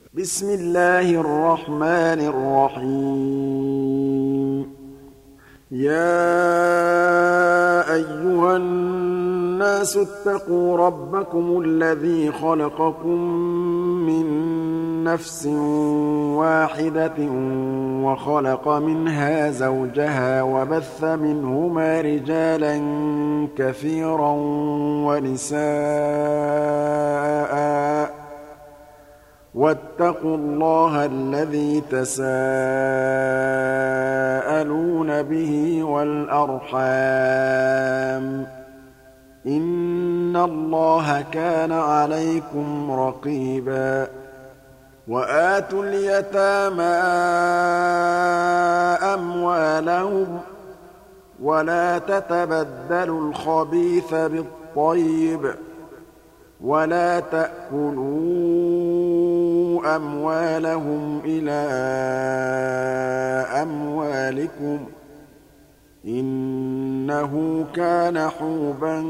بسم الله الرحمن الرحيم يا أيها الناس اتقوا ربكم الذي خلقكم من نفس واحدة وخلق منها زوجها وبث منهما رجالا كثيرا ونساء واتقوا الله الذي تساءلون به والأرحام إن الله كان عليكم رقيبا وآتوا اليتامى أموالهم ولا تتبدلوا الخبيث بالطيب ولا تأكلوا أموالهم إلى أموالكم إنه كان حوبا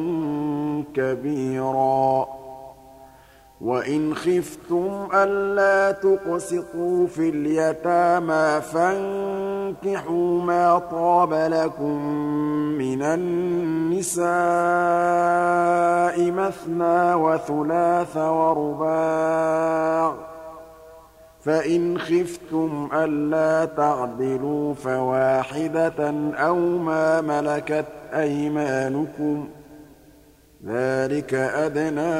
كبيرا وإن خفتم ألا تقسطوا في اليتامى فانكحوا ما طاب لكم من النساء مثنى وثلاث ورباع فإن خفتم ألا تعدلوا فواحدة أو ما ملكت أيمانكم ذلك أدنى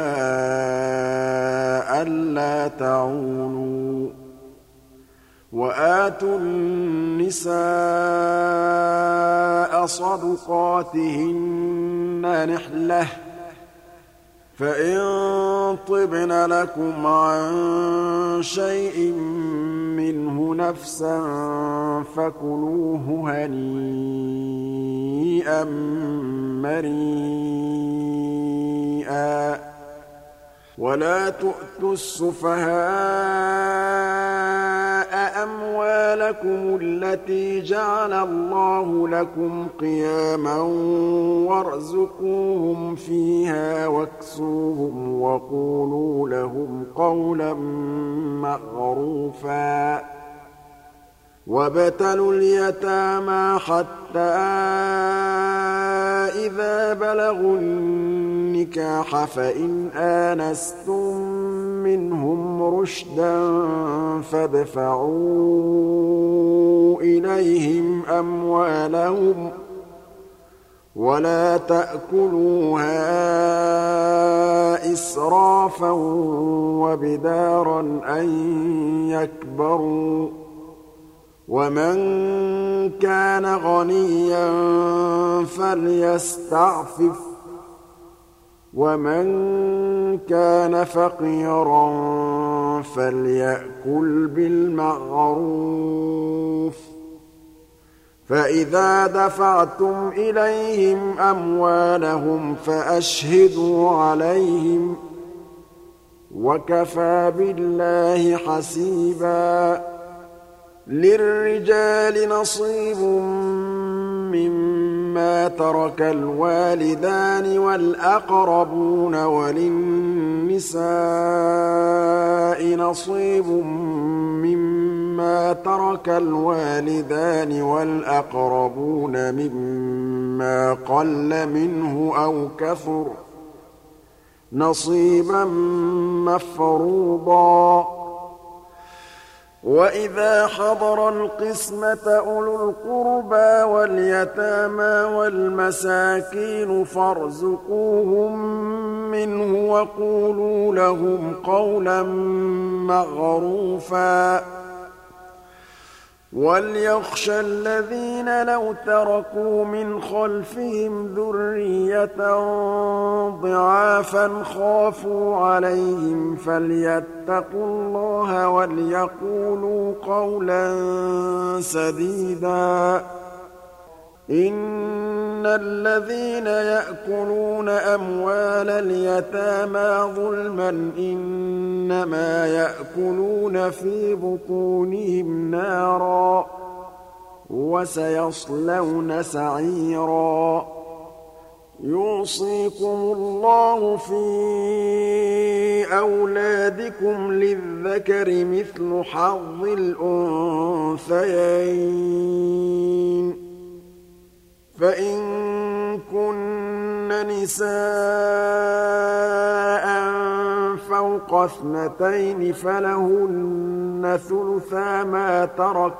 ألا تعولوا وآتوا النساء صدقاتهن نحلة فإن طبن لكم عن شيء منه نفسا فكلوه هنيئا مريئا ولا تؤتوا السفهاء أموالكم التي جعل الله لكم قياما وارزقوهم فيها واكسوهم وقولوا لهم قولا معروفا وابتلوا اليتامى حتى إذا بلغوا النكاح فإن آنستم منهم رشدا فادفعوا إليهم أموالهم ولا تأكلوها إسرافا وبدارا أن يكبروا ومن كان غنيا فليستعفف ومن كان فقيرا فليأكل بالمعروف فإذا دفعتم إليهم أموالهم فأشهدوا عليهم وكفى بالله حسيبا للرجال نصيب مما ترك الوالدان والأقربون وللنساء نصيب مما ترك الوالدان والأقربون مما قل منه أو كثر نصيبا مفروضا وإذا حضر القسمة أولو القربى واليتامى والمساكين فارزقوهم منه وقولوا لهم قولا معروفا وليخشى الذين لو تركوا من خلفهم ذرية ضعافا خافوا عليهم فليتقوا الله وليقولوا قولا سديدا إن الذين يأكلون أموال اليتامى ظلما إنما يأكلون في بطونهم نارا وسيصلون سعيرا يوصيكم الله في أولادكم للذكر مثل حظ الأنثيين فإن كن نساء فوق 2 فلهن ثلثا ما ترك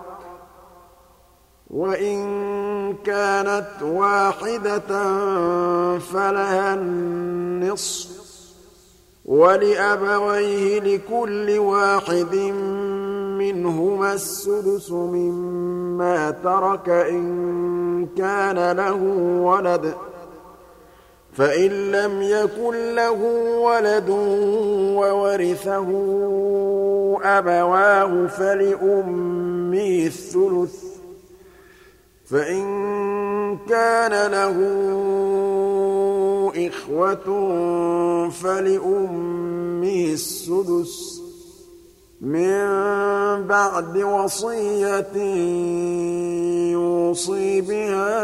وإن كانت واحدة فلها النصف ولأبويه لكل واحد منهما السدس مما ترك إن كان له ولد فإن لم يكن له ولد وورثه أبواه فلأمه الثلث فإن كان له إخوة فلأمه السدس من بعد وصية يوصي بها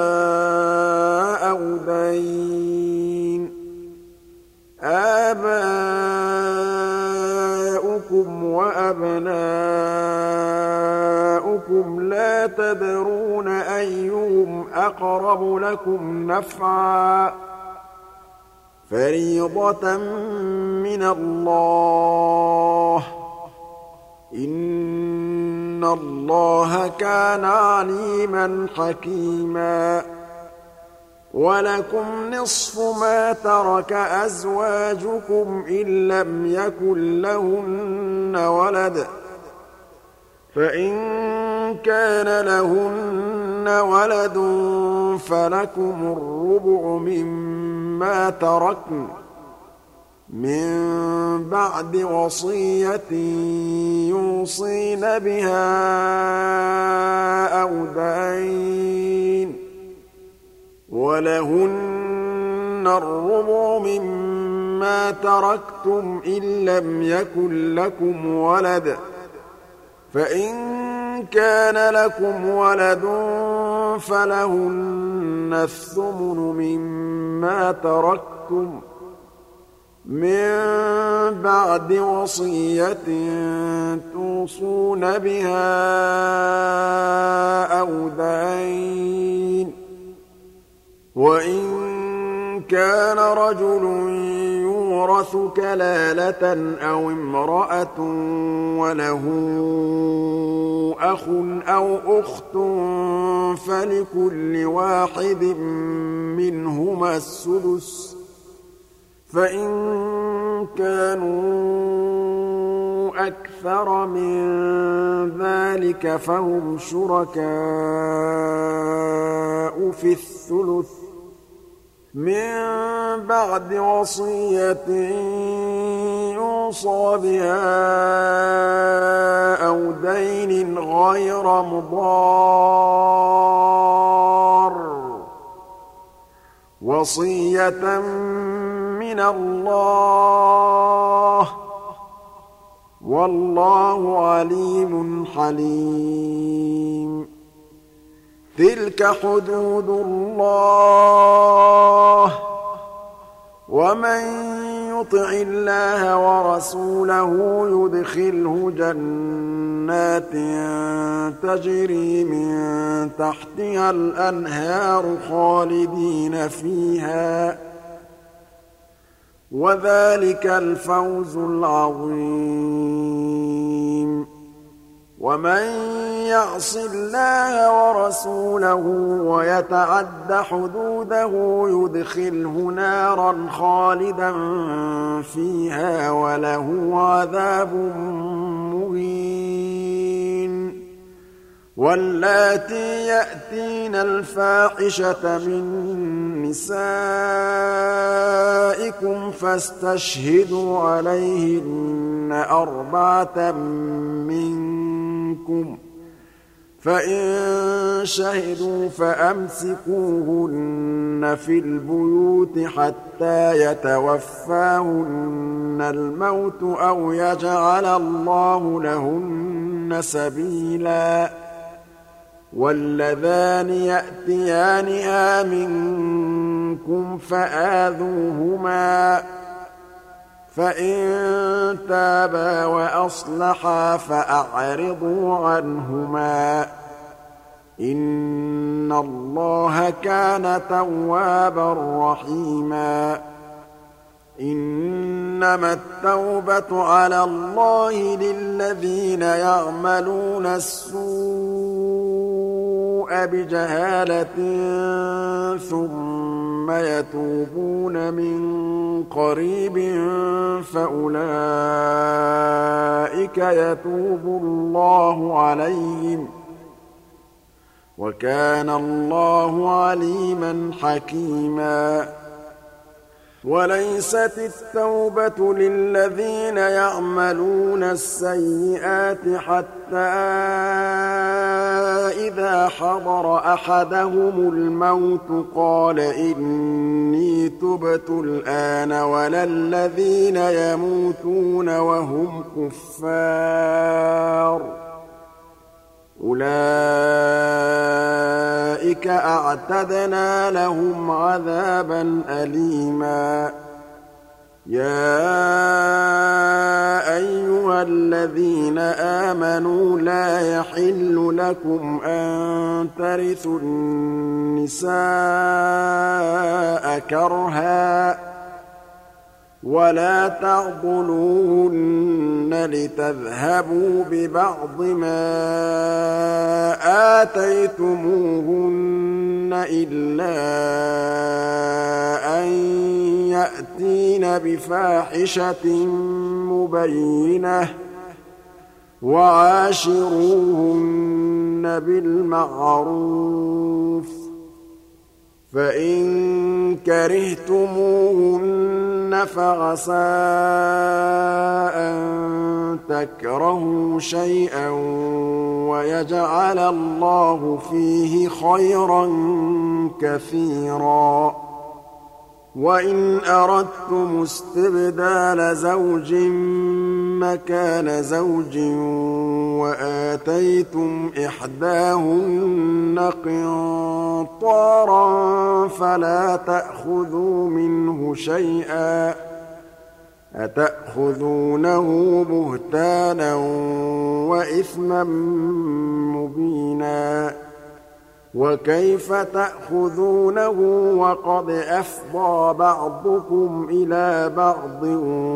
أو دين آباؤكم وأبناؤكم لا تدرون أيهم أقرب لكم نفعا فريضة من الله إن الله كان عليما حكيما ولكم نصف ما ترك أزواجكم إن لم يكن لهن ولد فإن كان لهن ولد فلكم الربع مما تركن من بعد وصية يوصين بها أو دين ولهن الربع مما تركتم إن لم يكن لكم ولد فإن كان لكم ولد فلهن الثمن مما تركتم من بعد وصية توصون بها أو دين وإن كان رجل يورث كلالة أو امرأة وله أخ أو أخت فلكل واحد منهما السدس فإن كانوا أكثر من ذلك فهم شركاء في الثلث من بعد وصية يوصى بها أو دين غير مضار وصية من الله والله عليم حليم تلك حدود الله ومن يطع الله ورسوله يدخله جنات تجري من تحتها الأنهار خالدين فيها وذلك الفوز العظيم ومن يعص الله ورسوله ويتعد حدوده يدخله نارا خالدا فيها وله عذاب مهين واللاتي يأتين الفاحشة من نسائكم فاستشهدوا عليهن 4 منكم فإن شهدوا فأمسكوهن في البيوت حتى يتوفاهن الموت أو يجعل الله لهن سبيلا واللذان يأتيانها منكم منكم فآذوهما فإن تابا وأصلحا فأعرضوا عنهما إن الله كان توابا رحيما إنما التوبة على الله للذين يعملون السوء بجهالة ثم يتوبون من قريب فأولئك يتوب الله عليهم وكان الله عليما حكيما وليست التوبة للذين يعملون السيئات حتى إذا حضر أحدهم الموت قال إني تبت الآن ولا الذين يموتون وهم كفار أولئك أعتدنا لهم عذابا أليما يا أيها الذين آمنوا لا يحل لكم أن ترثوا النساء كرها ولا تعضلوهن لتذهبوا ببعض ما آتيتموهن إلا أن يأتين بفاحشة مبينة وعاشروهن بالمعروف فإن كرهتموهن فعسى أن تكرهوا شيئا ويجعل الله فيه خيرا كثيرا وإن أردتم استبدال زوج مكان زوج وآتيتم إحداهن قنطارا فلا تأخذوا منه شيئا أتأخذونه بهتانا وإثما مبينا وكيف تأخذونه وقد أفضى بعضكم إلى بعض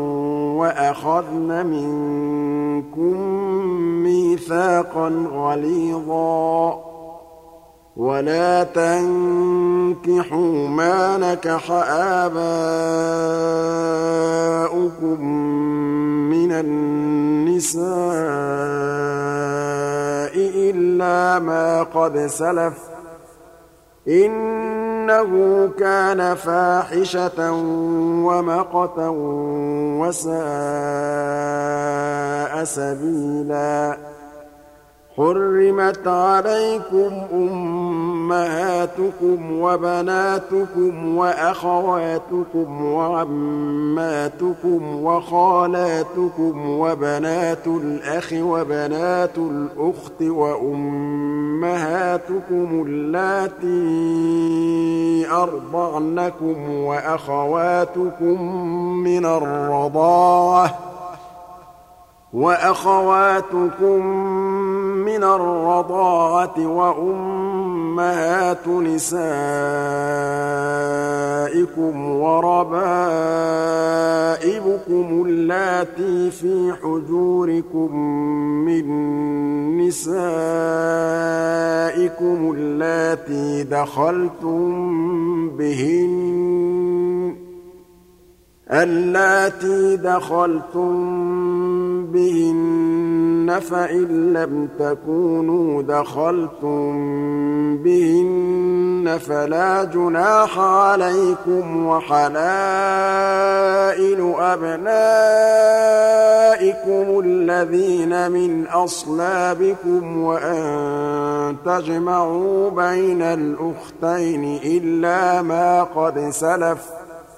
وأخذن منكم ميثاقا غليظا ولا تنكحوا ما نكح آباؤكم من النساء إلا ما قد سلف إنه كان فاحشة ومقتا وساء سبيلا حرمت عليكم أمهاتكم وبناتكم وأخواتكم وعماتكم وخالاتكم وبنات الأخ وبنات الأخت وأمهاتكم اللاتي أرضعنكم وأخواتكم من الرضاعة وأمهات نسائكم وربائبكم اللاتي في حجوركم من نسائكم اللاتي دخلتم بهن فإن لم تكونوا دخلتم بهن فلا جناح عليكم وحلائل أبنائكم الذين من أصلابكم وأن تجمعوا بين الأختين إلا ما قد سلف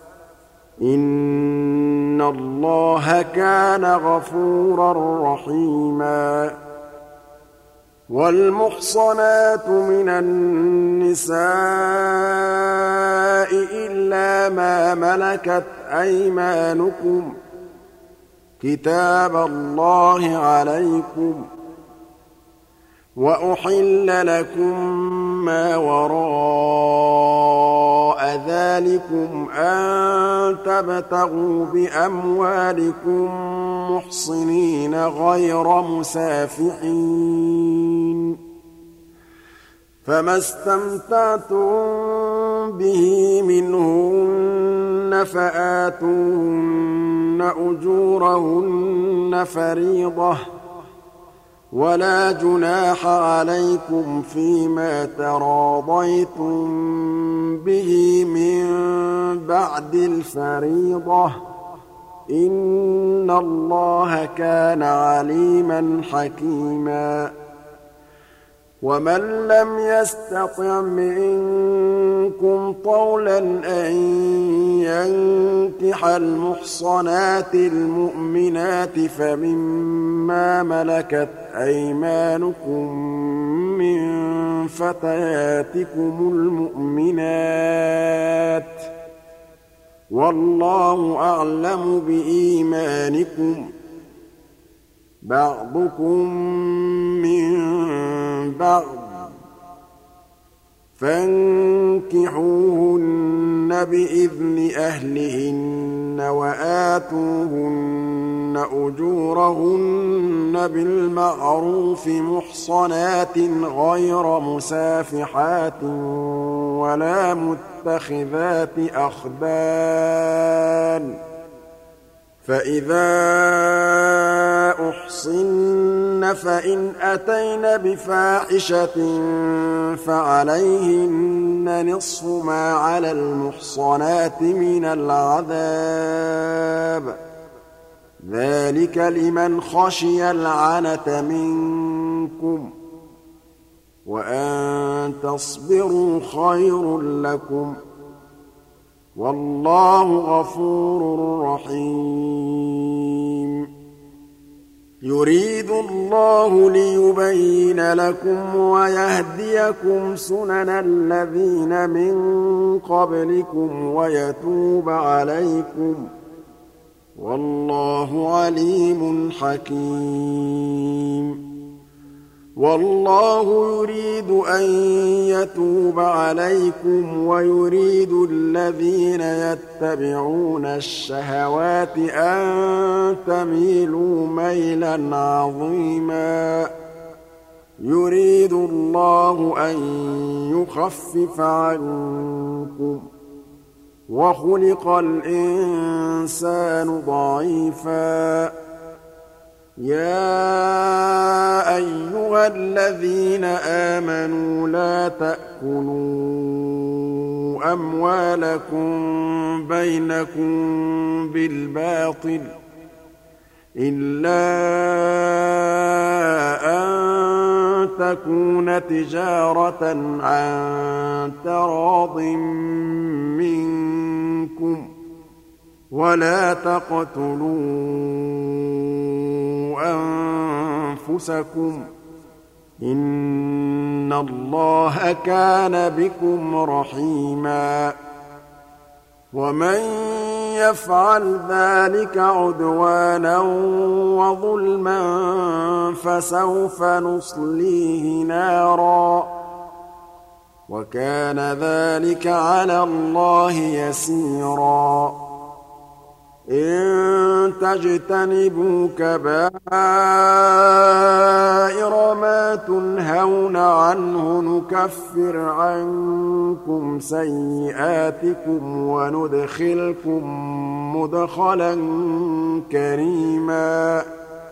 إن الله كان غفورا رحيما وَالْمُحْصَنَاتُ مِنَ النِّسَاءِ إِلَّا مَا مَلَكَتْ أَيْمَانُكُمْ ۖ كِتَابَ اللَّهِ عَلَيْكُمْ ۚ وَأُحِلَّ لَكُم مَّا وَرَاءَ ذَٰلِكُمْ أَن تَبْتَغُوا بِأَمْوَالِكُم مُّحْصِنِينَ غَيْرَ مُسَافِحِينَ ۚ فَمَا اسْتَمْتَعْتُم بِهِ مِنْهُنَّ فَآتُوهُنَّ أُجُورَهُنَّ فَرِيضَةً ۚ وَلَا جُنَاحَ عَلَيْكُمْ فِيمَا تَرَاضَيْتُم بِهِ مِن بَعْدِ الْفَرِيضَةِ ۚ إِنَّ اللَّهَ كَانَ عَلِيمًا حَكِيمًا. وَمَن لَّمْ يَسْتَطِعْ مِنكُمْ طَوْلًا أَن يَنكِحَ الْمُحْصَنَاتِ الْمُؤْمِنَاتِ فَمِمَّا مَلَكَتْ أَيْمَانُكُم مِّن فَتَيَاتِكُمُ الْمُؤْمِنَاتِ ۚ وَاللَّهُ أَعْلَمُ بِإِيمَانِكُم ۚ بَعْضُكُم مِّن بَعْضٍ ۚ فَانكِحُوهُنَّ بِإِذْنِ أَهْلِهِنَّ وَآتُوهُنَّ أُجُورَهُنَّ بِالْمَعْرُوفِ مُحْصَنَاتٍ غَيْرَ مُسَافِحَاتٍ وَلَا مُتَّخِذَاتِ أَخْدَانٍ ۚ فَإِذَا أُحْصِنَّ فَإِنْ أَتَيْنَ بِفَاحِشَةٍ فَعَلَيْهِنَّ نِصْفُ مَا عَلَى الْمُحْصَنَاتِ مِنَ الْعَذَابِ ۚ ذَٰلِكَ لِمَنْ خَشِيَ الْعَنَتَ مِنكُمْ ۚ وَأَن تَصْبِرُوا خَيْرٌ لَّكُمْ ۗ وَاللَّهُ غَفُورٌ رَّحِيمٌ. يُرِيدُ اللَّهُ لِيُبَيِّنَ لَكُمْ وَيَهْدِيَكُمْ سُنَنَ الَّذِينَ مِن قَبْلِكُمْ وَيَتُوبَ عَلَيْكُمْ ۗ وَاللَّهُ عَلِيمٌ حَكِيمٌ. وَاللَّهُ يُرِيدُ أَن يَتُوبَ عَلَيْكُمْ وَيُرِيدُ الَّذِينَ يَتَّبِعُونَ الشَّهَوَاتِ أَن تَمِيلُوا مَيْلًا عَظِيمًا. يُرِيدُ اللَّهُ أَن يُخَفِّفَ عَنكُمْ ۚ وَخُلِقَ الْإِنسَانُ ضَعِيفًا. يَا أَيُّهَا الَّذِينَ آمَنُوا لَا تَأْكُلُوا أَمْوَالَكُم بَيْنَكُم بِالْبَاطِلِ إِلَّا أَن تَكُونَ تِجَارَةً عَن تَرَاضٍ مِّنكُمْ ۚ وَلَا تَقْتُلُوا أَنفُسَكُمْ ۚ إِنَّ اللَّهَ كَانَ بِكُمْ رَحِيمًا. وَمَن يَفْعَلْ ذَٰلِكَ عُدْوَانًا وَظُلْمًا فَسَوْفَ نُصْلِيهِ نَارًا ۚ وَكَانَ ذَٰلِكَ عَلَى اللَّهِ يَسِيرًا. إِن تَجْتَنِبُوا كَبَائِرَ مَا تُنْهَوْنَ عَنْهُ نُكَفِّرْ عَنكُمْ سَيِّئَاتِكُمْ وَنُدْخِلْكُم مُّدْخَلًا كَرِيمًا.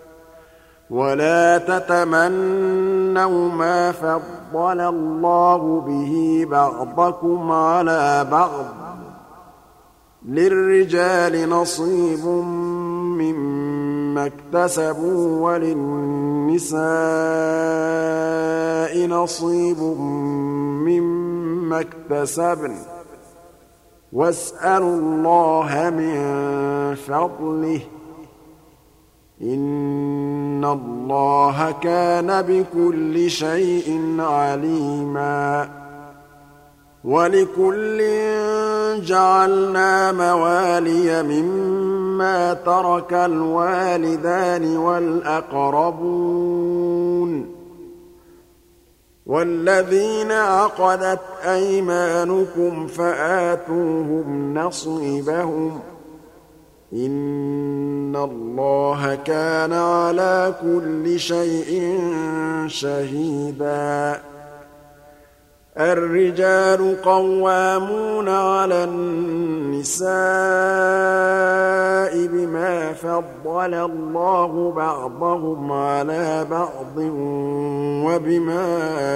وَلَا تَتَمَنَّوْا مَا فَضَّلَ اللَّهُ بِهِ بَعْضَكُمْ عَلَىٰ بَعْضٍ ۚ لِّلرِّجَالِ نَصِيبٌ مِّمَّا اكْتَسَبُوا وَلِلنِّسَاءِ نَصِيبٌ مِّمَّا اكْتَسَبْنَ ۚ وَاسْأَلُوا اللَّهَ مِن فَضْلِهِ ۗ إِنَّ اللَّهَ كَانَ بِكُلِّ شَيْءٍ عَلِيمًا وَلِكُلٍّ جَعَلْنَا مَوَالِيَ مِمَّا تَرَكَ الْوَالِدَانِ وَالْأَقْرَبُونَ وَالَّذِينَ عَقَدَتْ أَيْمَانُكُمْ فَآتُوهُمْ نَصِيبَهُمْ ۚ إِنَّ اللَّهَ كَانَ عَلَىٰ كُلِّ شَيْءٍ شَهِيدًا الرِّجَالُ قَوَّامُونَ عَلَى النِّسَاءِ بِمَا فَضَّلَ اللَّهُ بَعْضَهُمْ عَلَىٰ بَعْضٍ وَبِمَا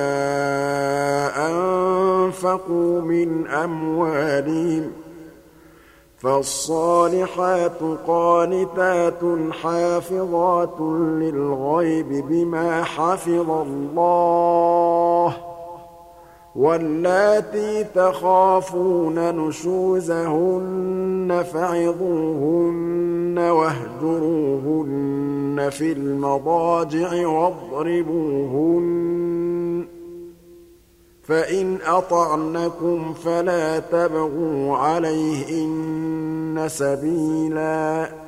أَنفَقُوا مِنْ أَمْوَالِهِمْ ۚ فَالصَّالِحَاتُ قَانِتَاتٌ حَافِظَاتٌ لِّلْغَيْبِ بِمَا حَفِظَ اللَّهُ ۚ وَاللَّاتِي تَخَافُونَ نُشُوزَهُنَّ فَعِظُوهُنَّ وَاهْجُرُوهُنَّ فِي الْمَضَاجِعِ وَاضْرِبُوهُنَّ ۖ فَإِنْ أَطَعْنَكُمْ فَلَا تَبْغُوا عَلَيْهِنَّ سَبِيلًا ۗ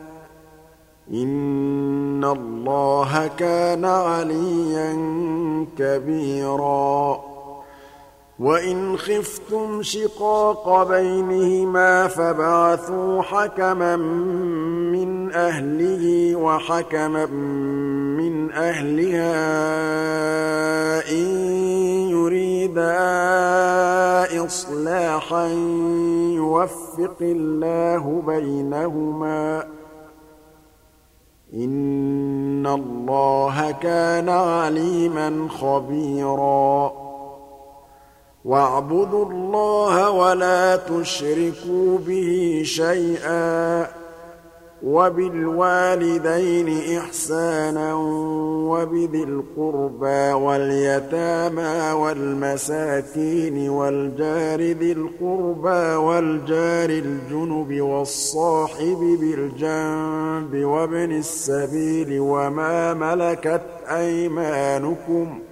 إِنَّ اللَّهَ كَانَ عَلِيًّا كَبِيرًا وَإِنْ خِفْتُمْ شِقَاقَ بَيْنِهِمَا فَابْعَثُوا حَكَمًا مِّنْ أَهْلِهِ وَحَكَمًا مِّنْ أَهْلِهَا إِن يُرِيدَا إِصْلَاحًا يُوَفِّقِ اللَّهُ بَيْنَهُمَا ۗ إِنَّ اللَّهَ كَانَ عَلِيمًا خَبِيرًا وَاعْبُدُوا اللَّهَ وَلَا تُشْرِكُوا بِهِ شَيْئًا ۖ وَبِالْوَالِدَيْنِ إِحْسَانًا وَبِذِي الْقُرْبَىٰ وَالْيَتَامَىٰ وَالْمَسَاكِينِ وَالْجَارِ ذِي الْقُرْبَىٰ وَالْجَارِ الْجُنُبِ وَالصَّاحِبِ بِالْجَنبِ وَابْنِ السَّبِيلِ وَمَا مَلَكَتْ أَيْمَانُكُمْ ۗ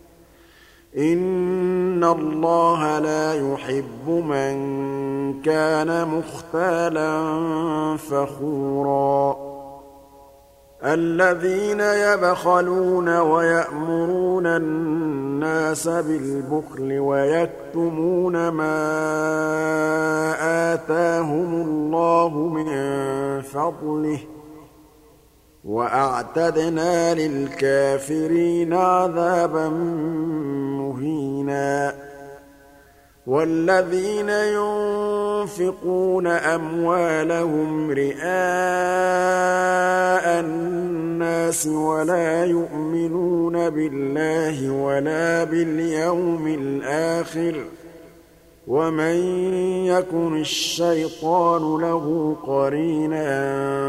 إِنَّ اللَّهَ لَا يُحِبُّ مَن كَانَ مُخْتَالًا فَخُورًا الَّذِينَ يَبْخَلُونَ وَيَأْمُرُونَ النَّاسَ بِالْبُخْلِ وَيَكْتُمُونَ مَا آتَاهُمُ اللَّهُ مِن فَضْلِهِ ۗ وَأَعْتَدْنَا لِلْكَافِرِينَ عَذَابًا مُّهِينًا وَالَّذِينَ يُنفِقُونَ أَمْوَالَهُمْ رِئَاءَ النَّاسِ وَلَا يُؤْمِنُونَ بِاللَّهِ وَلَا بِالْيَوْمِ الْآخِرِ ۗ وَمَن يَكُنِ الشَّيْطَانُ لَهُ قَرِينًا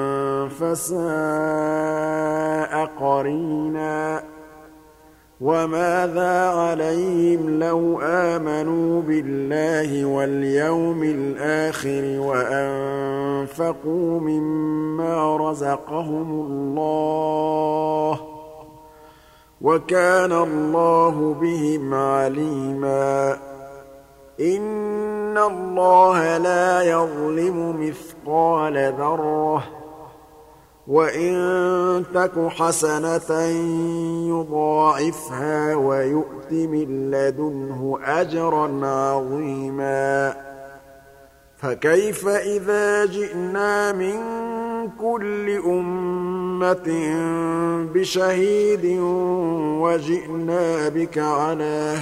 فَسَاءَ قَرِينًا وَمَاذَا عَلَيْهِمْ لَوْ آمَنُوا بِاللَّهِ وَالْيَوْمِ الْآخِرِ وَأَنفَقُوا مِمَّا رَزَقَهُمُ اللَّهُ ۚ وَكَانَ اللَّهُ بِهِمْ عَلِيمًا إِنَّ اللَّهَ لَا يَظْلِمُ مِثْقَالَ ذَرَّةٍ وَإِن تَكُ حَسَنَةً يُضَاعِفْهَا وَيُؤْتِ مِن لَّدُنْهُ أَجْرًا عَظِيمًا فَكَيْفَ إِذَا جِئْنَا مِن كُلِّ أُمَّةٍ بِشَهِيدٍ وَجِئْنَا بِكَ عَلَىٰ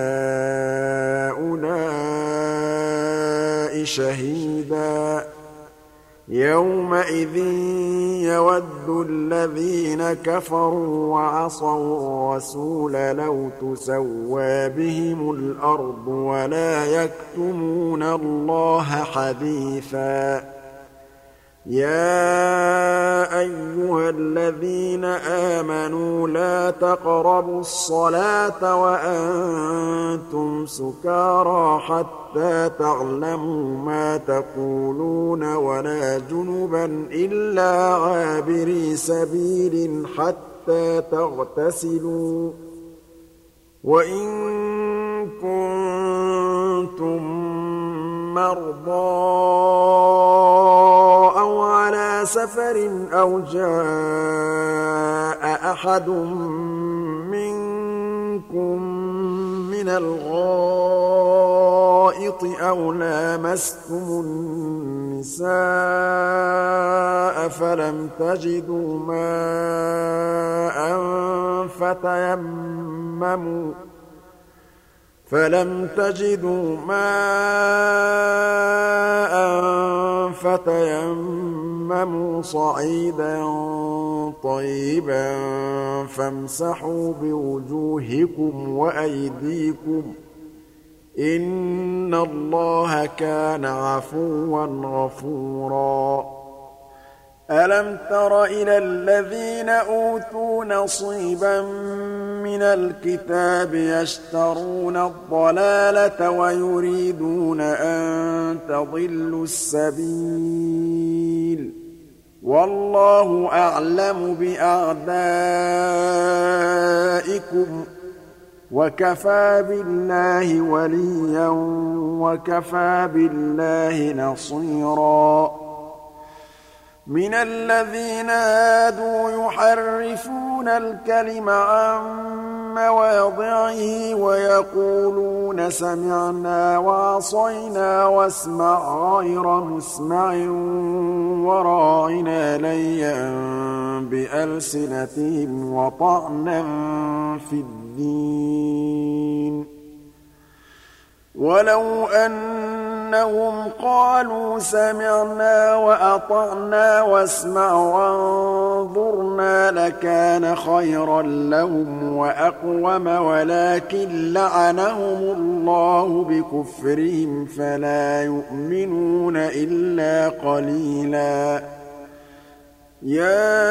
هَٰؤُلَاءِ شَهِيدًا يَوْمَئِذٍ يَوَدُّ الَّذِينَ كَفَرُوا وَعَصَوُا الرَّسُولَ لَوْ تُسَوَّىٰ بِهِمُ الْأَرْضُ وَلَا يَكْتُمُونَ اللَّهَ حَدِيثًا يَا أَيُّهَا الَّذِينَ آمَنُوا لَا تَقْرَبُوا الصَّلَاةَ وَأَنتُمْ سُكَارَىٰ حَتَّىٰ تَعْلَمُوا مَا تَقُولُونَ وَلَا جُنُبًا إِلَّا عَابِرِي سَبِيلٍ حَتَّىٰ تَغْتَسِلُوا ۚ وَإِن كُنتُم مَّرْضَىٰ أَوْ عَلَىٰ سَفَرٍ أَوْ جَاءَ أَحَدٌ مِّنكُم مِّنَ الْغَائِطِ أَوْ لَامَسْتُمُ النِّسَاءَ فَلَمْ تَجِدُوا مَاءً فَتَيَمَّمُوا صَعِيدًا طَيِّبًا فَامْسَحُوا بِوُجُوهِكُمْ وَأَيْدِيكُمْ ۗ إِنَّ اللَّهَ كَانَ عَفُوًّا غَفُورًا. أَلَمْ تَرَ إِلَى الَّذِينَ أُوتُوا نَصِيبًا مِّنَ الْكِتَابِ يَشْتَرُونَ الضَّلَالَةَ وَيُرِيدُونَ أَن تَضِلُّوا السَّبِيلَ ۗ وَاللَّهُ أَعْلَمُ بِأَعْدَائِكُمْ ۚ وَكَفَىٰ بِاللَّهِ وَلِيًّا وَكَفَىٰ بِاللَّهِ نَصِيرًا. مِنَ الَّذِينَ هَادُوا يُحَرِّفُونَ الْكَلِمَ عَن مَّوَاضِعِهِ وَيَقُولُونَ سَمِعْنَا وَعَصَيْنَا وَاسْمَعْ غَيْرَ مُسْمَعٍ وَرَاعِنَا لَيًّا بِأَلْسِنَتِهِمْ وَطَعْنًا في الدِّينِ ۚ وَلَوْ أَنَّهُمْ قَالُوا سَمِعْنَا وَأَطَعْنَا وَاسْمَعْ وَانظُرْنَا لَكَانَ خَيْرًا لَّهُمْ وَأَقْوَمَ وَلَٰكِن لَّعَنَهُمُ اللَّهُ بِكُفْرِهِمْ فَلَا يُؤْمِنُونَ إِلَّا قَلِيلًا. يَا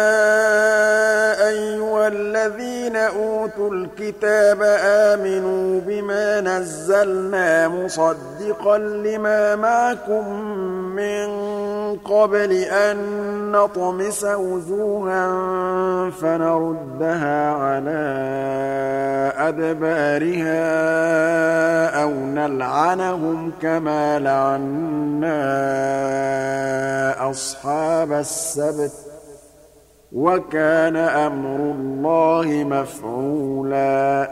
أَيُّهَا الَّذِينَ أُوتُوا الْكِتَابَ آمِنُوا بِمَا نَزَّلْنَا مُصَدِّقًا لِّمَا مَعَكُم مِّن قَبْلِ أَن نَّطْمِسَ وُجُوهًا فَنَرُدَّهَا عَلَىٰ أَدْبَارِهَا أَوْ نَلْعَنَهُمْ كَمَا لَعَنَّا أَصْحَابَ السَّبْتِ ۚ وَكَانَ أَمْرُ اللَّهِ مَفْعُولًا.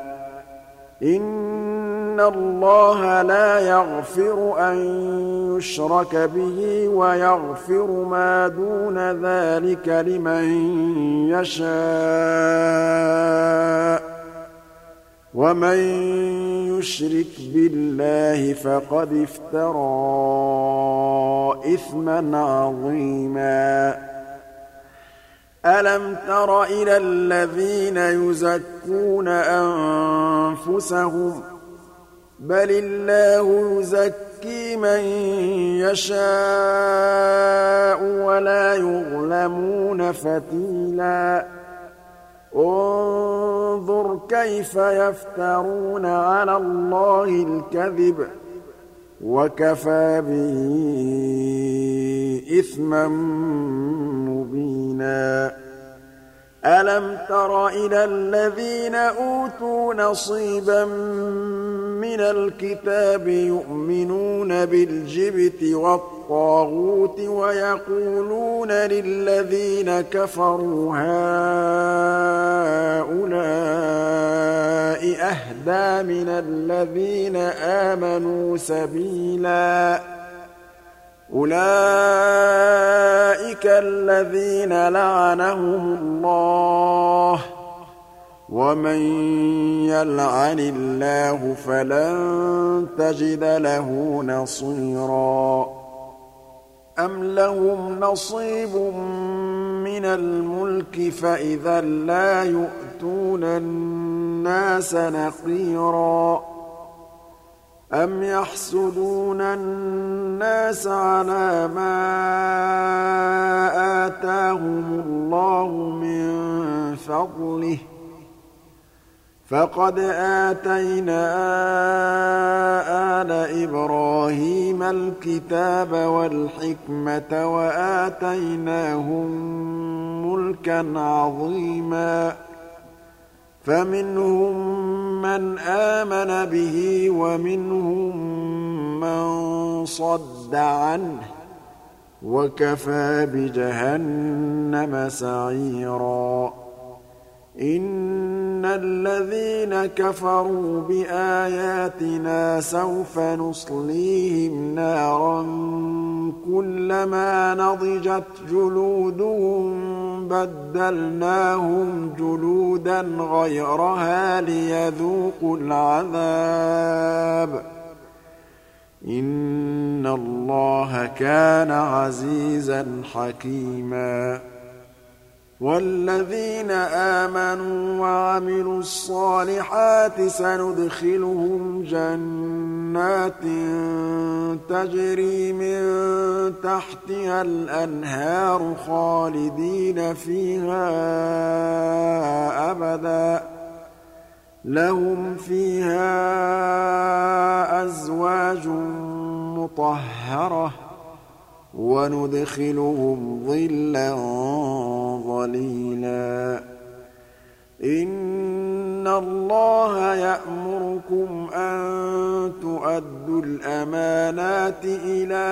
إِنَّ اللَّهَ لَا يَغْفِرُ أَن يُشْرَكَ بِهِ وَيَغْفِرُ مَا دُونَ ذَٰلِكَ لِمَن يَشَاءُ ۚ وَمَن يُشْرِكْ بِاللَّهِ فَقَدِ افْتَرَىٰ إِثْمًا عَظِيمًا. أَلَمْ تَرَ إِلَى الَّذِينَ يُزَكُّونَ أَنفُسَهُم ۚ بَلِ اللَّهُ يُزَكِّي مَن يَشَاءُ وَلَا يُظْلَمُونَ فَتِيلًا. انظُرْ كَيْفَ يَفْتَرُونَ عَلَى اللَّهِ الْكَذِبَ ۖ وَكَفَىٰ بِهِ إِثْمًا مُّبِينًا. أَلَمْ تَرَ إِلَى الَّذِينَ أُوتُوا نَصِيبًا مِّنَ الْكِتَابِ يُؤْمِنُونَ بِالْجِبْتِ وَالطَّاغُوتِ وَيَقُولُونَ لِلَّذِينَ كَفَرُوا هَٰؤُلَاءِ أَهْدَىٰ مِنَ الَّذِينَ آمَنُوا سَبِيلًا. أُولَٰئِكَ الَّذِينَ لَعَنَهُمُ اللَّهُ ۖ وَمَن يَلْعَنِ اللَّهُ فَلَن تَجِدَ لَهُ نَصِيرًا. أَمْ لَهُمْ نَصِيبٌ مِّنَ الْمُلْكِ فَإِذًا لَّا يُؤْتُونَ النَّاسَ نَقِيرًا. أَمْ يَحْسُدُونَ النَّاسَ عَلَىٰ مَا آتَاهُمُ اللَّهُ مِن فَضْلِهِ ۖ فَقَدْ آتَيْنَا آلَ إِبْرَاهِيمَ الْكِتَابَ وَالْحِكْمَةَ وَآتَيْنَاهُم مُّلْكًا عَظِيمًا فَمِنْهُم مَّنْ آمَنَ بِهِ وَمِنْهُم مَّن صَدَّ عَنْهُ ۚ وَكَفَىٰ بِجَهَنَّمَ سَعِيرًا إِنَّ الَّذِينَ كَفَرُوا بِآيَاتِنَا سَوْفَ نُصْلِيهِمْ نَارًا كُلَّمَا نَضِجَتْ جُلُودُهُم بَدَّلْنَاهُمْ جُلُودًا غَيْرَهَا لِيَذُوقُوا الْعَذَابَ ۗ إِنَّ اللَّهَ كَانَ عَزِيزًا حَكِيمًا وَالَّذِينَ آمَنُوا وَعَمِلُوا الصَّالِحَاتِ سَنُدْخِلُهُمْ جَنَّاتٍ تَجْرِي مِن تَحْتِهَا الْأَنْهَارُ خَالِدِينَ فِيهَا أَبَدًا ۖ لَّهُمْ فِيهَا أَزْوَاجٌ مُّطَهَّرَةٌ ۖ وَنُدْخِلُهُمْ ظِلًّا ظَلِيلًا إِنَّ اللَّهَ يَأْمُرُكُمْ أَن تُؤَدُّوا الْأَمَانَاتِ إِلَىٰ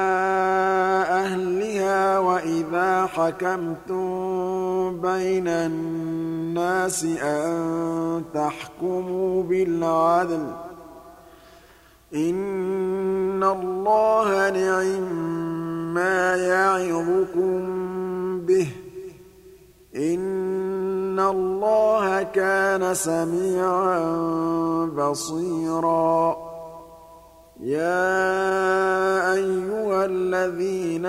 أَهْلِهَا وَإِذَا حَكَمْتُم بَيْنَ النَّاسِ أَن تَحْكُمُوا بِالْعَدْلِ ۚ إِنَّ اللَّهَ نِعِمَّا يَعِظُكُم بِهِ ۗ إِنَّ اللَّهَ كَانَ سَمِيعًا بَصِيرًا يَا أَيُّهَا الَّذِينَ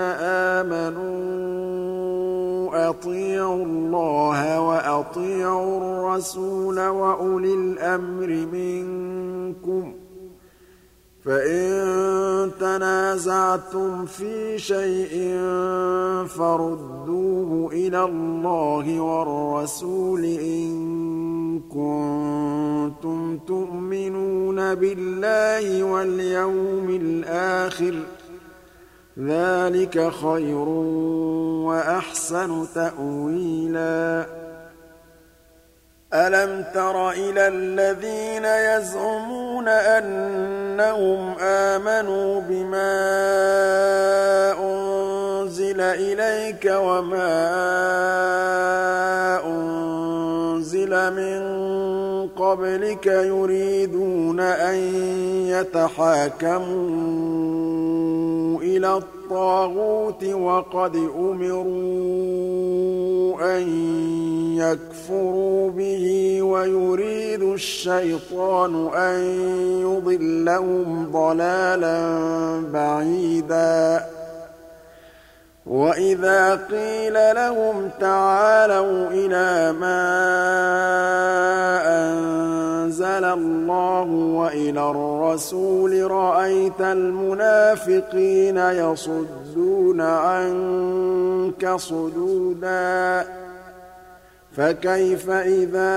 آمَنُوا أَطِيعُوا اللَّهَ وَأَطِيعُوا الرَّسُولَ وَأُولِي الْأَمْرِ مِنكُمْ ۖ فَإِن تَنَازَعْتُمْ فِي شَيْءٍ فَرُدُّوهُ إِلَى اللَّهِ وَالرَّسُولِ إِن كُنتُمْ تُؤْمِنُونَ بِاللَّهِ وَالْيَوْمِ الْآخِرِ ۚ ذَٰلِكَ خَيْرٌ وَأَحْسَنُ تَأْوِيلًا أَلَمْ تَرَ إِلَى الَّذِينَ يَزْعُمُونَ أَنَّهُمْ آمَنُوا بِمَا أُنزِلَ إِلَيْكَ وَمَا أُنزِلَ مِن قَبْلِكَ يُرِيدُونَ أَن يَتَحَاكَمُوا إِلَى الطَّاغُوتِ وَقَدْ أُمِرُوا أَن يَكْفُرُوا بِهِ وَيُرِيدُ الشَّيْطَانُ أَن يُضِلَّهُمْ ضَلَالًا بَعِيدًا وَإِذَا قِيلَ لَهُمْ تَعَالَوْا إِلَىٰ مَا أَنزَلَ اللَّهُ وَإِلَى الرَّسُولِ رَأَيْتَ الْمُنَافِقِينَ يَصُدُّونَ عَنكَ صُدُودًا فَكَيْفَ إِذَا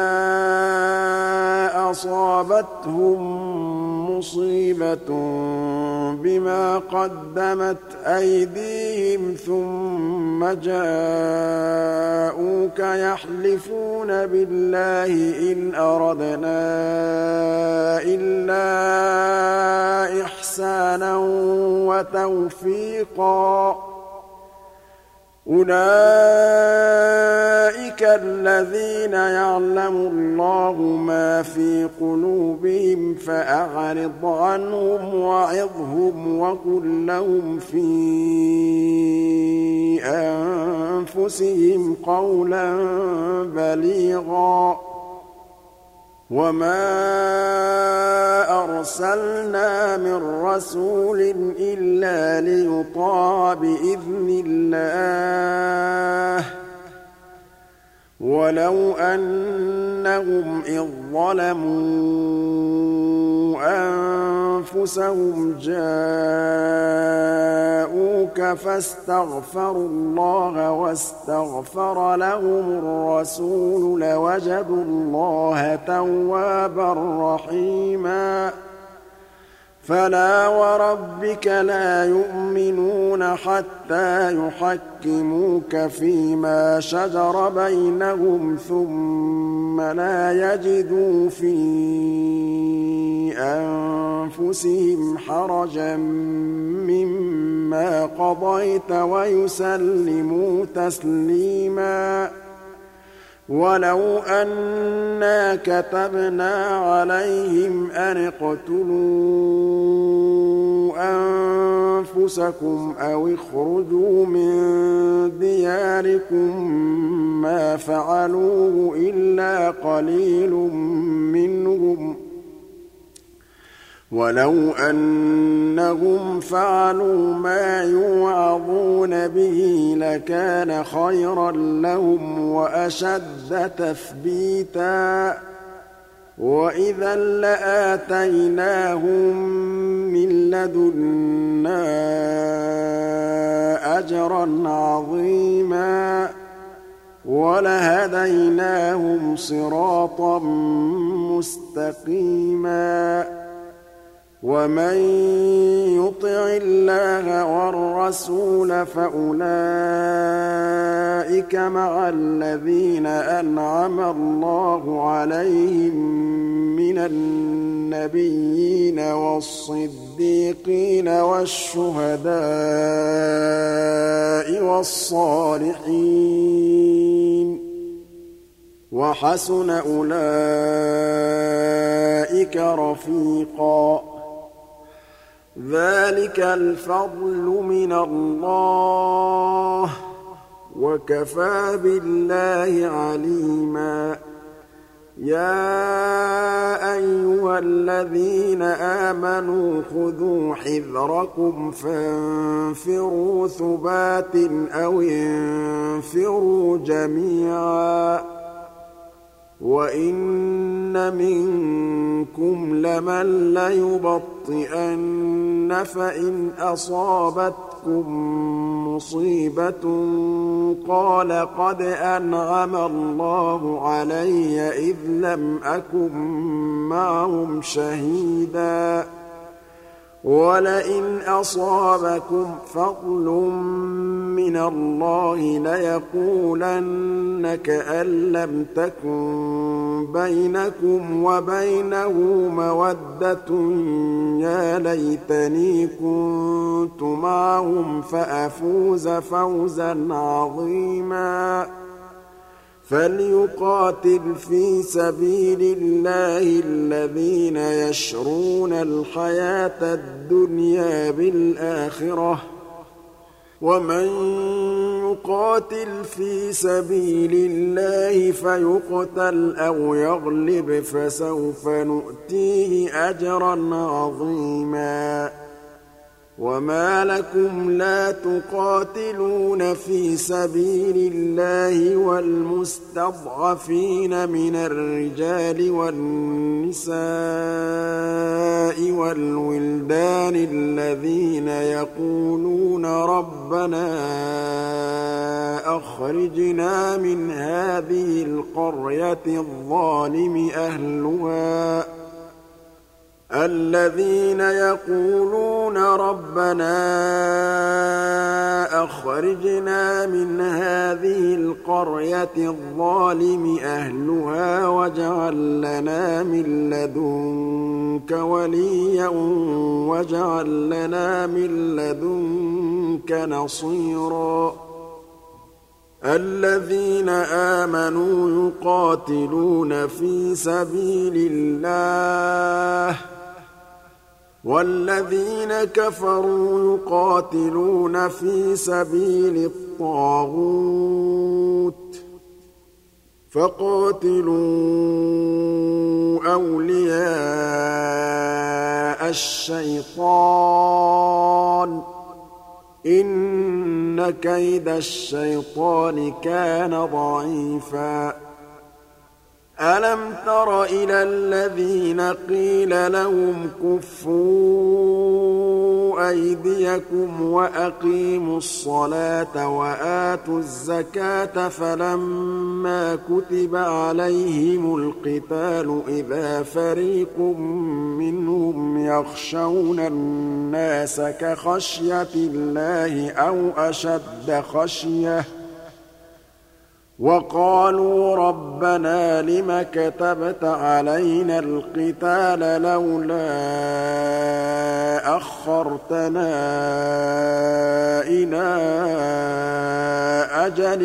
أَصَابَتْهُم مُّصِيبَةٌ بِمَا قَدَّمَتْ أَيْدِيهِمْ ثُمَّ جَاءُوكَ يَحْلِفُونَ بِاللَّهِ إِنْ أَرَدْنَا إِلَّا إِحْسَانًا وَتَوْفِيقًا أُولَٰئِكَ الَّذِينَ يَعْلَمُ اللَّهُ مَا فِي قُلُوبِهِمْ فَأَعْرِضْ عَنْهُمْ وَعِظْهُمْ وَقُل لَّهُمْ فِي أَنفُسِهِمْ قَوْلًا بَلِيغًا وَمَا أَرْسَلْنَا مِن رَّسُولٍ إِلَّا لِيُطَاعَ بِإِذْنِ اللَّهِ وَلَوْ أَنَّهُمْ إِذ ظَّلَمُوا أَنفُسَهُمْ جَاءُوكَ فَاسْتَغْفَرُوا اللَّهَ وَاسْتَغْفَرَ لَهُمُ الرَّسُولُ لَوَجَدُوا اللَّهَ تَوَّابًا رَّحِيمًا فَلَا وَرَبِّكَ لَا يُؤْمِنُونَ حَتَّىٰ يُحَكِّمُوكَ فِيمَا شَجَرَ بَيْنَهُمْ ثُمَّ لَا يَجِدُوا فِي أَنفُسِهِمْ حَرَجًا مِّمَّا قَضَيْتَ وَيُسَلِّمُوا تَسْلِيمًا وَلَوْ أَنَّا كَتَبْنَا عَلَيْهِمْ أَنِ اقْتُلُوا أَنفُسَكُمْ أَوِ اخْرُجُوا مِن دِيَارِكُم مَّا فَعَلُوهُ إِلَّا قَلِيلٌ مِّنْهُمْ ۖ وَلَوْ أَنَّهُمْ فَعَلُوا مَا يُوعَظُونَ بِهِ لَكَانَ خَيْرًا لَّهُمْ وَأَشَدَّ تَثْبِيتًا وَإِذًا لَّآتَيْنَاهُم مِّن لَّدُنَّا أَجْرًا عَظِيمًا وَلَهَدَيْنَاهُمْ صِرَاطًا مُّسْتَقِيمًا وَمَن يُطِعِ اللَّهَ وَالرَّسُولَ فَأُولَٰئِكَ مَعَ الَّذِينَ أَنْعَمَ اللَّهُ عَلَيْهِم مِّنَ النَّبِيِّينَ وَالصِّدِّيقِينَ وَالشُّهَدَاءِ وَالصَّالِحِينَ ۚ وَحَسُنَ أُولَٰئِكَ رَفِيقًا ذَٰلِكَ الْفَضْلُ مِنَ اللَّهِ ۚ وَكَفَىٰ بِاللَّهِ عَلِيمًا يَا أَيُّهَا الَّذِينَ آمَنُوا خُذُوا حِذْرَكُمْ فَانفِرُوا ثُبَاتٍ أَوِ انفِرُوا جَمِيعًا وَإِنَّ مِنكُمْ لَمَن لَّيُبَطِّئَنَّ فَإِنْ أَصَابَتْكُم مُّصِيبَةٌ قَالَ قَدْ أَنْعَمَ اللَّهُ عَلَيَّ إِذْ لَمْ أَكُن مَّعَهُمْ شَهِيدًا وَلَئِنْ أَصَابَكُمْ فَضْلٌ مِّنَ اللَّهِ لَيَقُولَنَّ كَأَن لَّمْ تَكُن بَيْنَكُمْ وَبَيْنَهُ مَوَدَّةٌ يَا لَيْتَنِي كُنتُ مَعَهُمْ فَأَفُوزَ فَوْزًا عَظِيمًا فَلْيُقَاتِلْ فِي سَبِيلِ اللَّهِ الَّذِينَ يَشْرُونَ الْحَيَاةَ الدُّنْيَا بِالْآخِرَةِ ۖ وَمَن يُقَاتِلْ فِي سَبِيلِ اللَّهِ فَيُقْتَلْ أَوْ يَغْلِبْ فَسَوْفَ نُؤْتِيهِ أَجْرًا عَظِيمًا وَمَا لَكُمْ لَا تُقَاتِلُونَ فِي سَبِيلِ اللَّهِ وَالْمُسْتَضْعَفِينَ مِنَ الرِّجَالِ وَالنِّسَاءِ وَالْوِلْدَانِ الَّذِينَ يَقُولُونَ رَبَّنَا أَخْرِجْنَا مِنْ هَٰذِهِ الْقَرْيَةِ الظَّالِمِ أَهْلُهَا الَّذِينَ يَقُولُونَ رَبَّنَا أَخْرِجْنَا مِنْ هَٰذِهِ الْقَرْيَةِ الظَّالِمِ أَهْلُهَا وَاجْعَل لَّنَا مِن لَّدُنكَ وَلِيًّا وَاجْعَل لَّنَا مِن لَّدُنكَ نَصِيرًا الَّذِينَ آمَنُوا يُقَاتِلُونَ فِي سَبِيلِ اللَّهِ وَالَّذِينَ كَفَرُوا يُقَاتِلُونَ فِي سَبِيلِ الطَّاغُوتِ فَقَاتِلُوا أَوْلِيَاءَ الشَّيْطَانِ إِنَّ كَيْدَ الشَّيْطَانِ كَانَ ضَعِيفًا أَلَمْ تَرَ إِلَى الَّذِينَ قِيلَ لَهُمْ كُفُّوا أَيْدِيَكُمْ وَأَقِيمُوا الصَّلَاةَ وَآتُوا الزَّكَاةَ فَلَمَّا كُتِبَ عَلَيْهِمُ الْقِتَالُ إِذَا فَرِيقٌ مِّنْهُمْ يَخْشَوْنَ النَّاسَ كَخَشْيَةِ اللَّهِ أَوْ أَشَدَّ خَشْيَةً ۚ وَقَالُوا رَبَّنَا لِمَ كَتَبْتَ عَلَيْنَا الْقِتَالَ لَوْلَا أَخَّرْتَنَا إِلَىٰ أَجَلٍ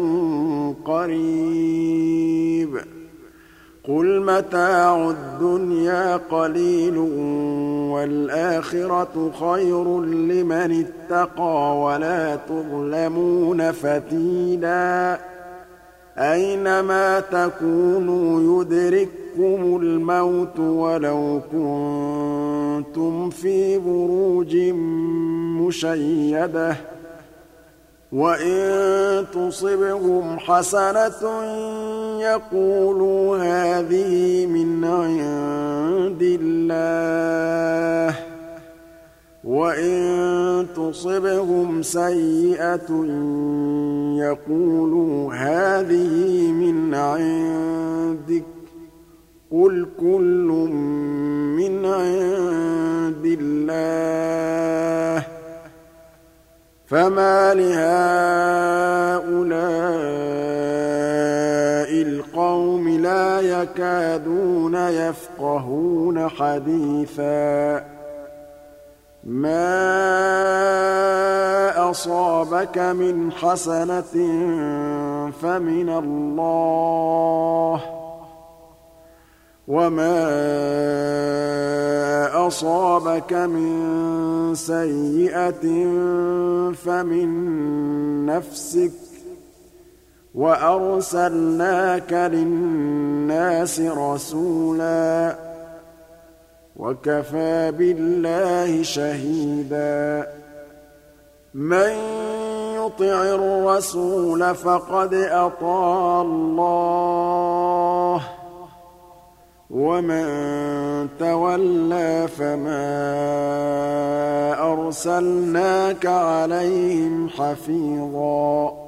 قَرِيبٍ ۗ قُلْ مَتَاعُ الدُّنْيَا قَلِيلٌ وَالْآخِرَةُ خَيْرٌ لِّمَنِ اتَّقَىٰ وَلَا تُظْلَمُونَ فَتِيلًا أَيْنَمَا تَكُونُوا يُدْرِككُّمُ الْمَوْتُ وَلَوْ كُنتُمْ فِي بُرُوجٍ مُّشَيَّدَةٍ ۗ وَإِن تُصِبْهُمْ حَسَنَةٌ يَقُولُوا هَٰذِهِ مِنْ عِندِ اللَّهِ ۖ وَإِن تُصِبْهُمْ سَيِّئَةٌ يَقُولُوا هَٰذِهِ مِنْ عِندِكَ ۚ قُلْ كُلٌّ مِّنْ عِندِ اللَّهِ ۖ فَمَالِ هَٰؤُلَاءِ الْقَوْمِ لَا يَكَادُونَ يَفْقَهُونَ حَدِيثًا مَا أَصَابَكَ مِنْ حَسَنَةٍ فَمِنَ اللَّهِ ۖ وَمَا أَصَابَكَ مِن سَيِّئَةٍ فَمِن نَّفْسِكَ ۚ وَأَرْسَلْنَاكَ لِلنَّاسِ رَسُولًا ۚ وَكَفَىٰ بِاللَّهِ شَهِيدًا مَّن يُطِعِ الرَّسُولَ فَقَدْ أَطَاعَ اللَّهَ ۖ وَمَن تَوَلَّىٰ فَمَا أَرْسَلْنَاكَ عَلَيْهِمْ حَفِيظًا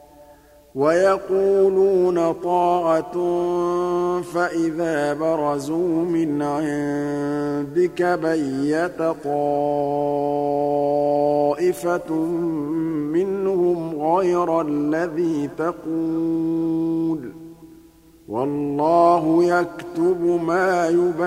وَيَقُولُونَ طَاعَةٌ فَإِذَا بَرَزُوا مِنْ عِندِكَ بَيَّتَ طَائِفَةٌ مِّنْهُمْ غَيْرَ الَّذِي تَقُولُ ۖ وَاللَّهُ يَكْتُبُ مَا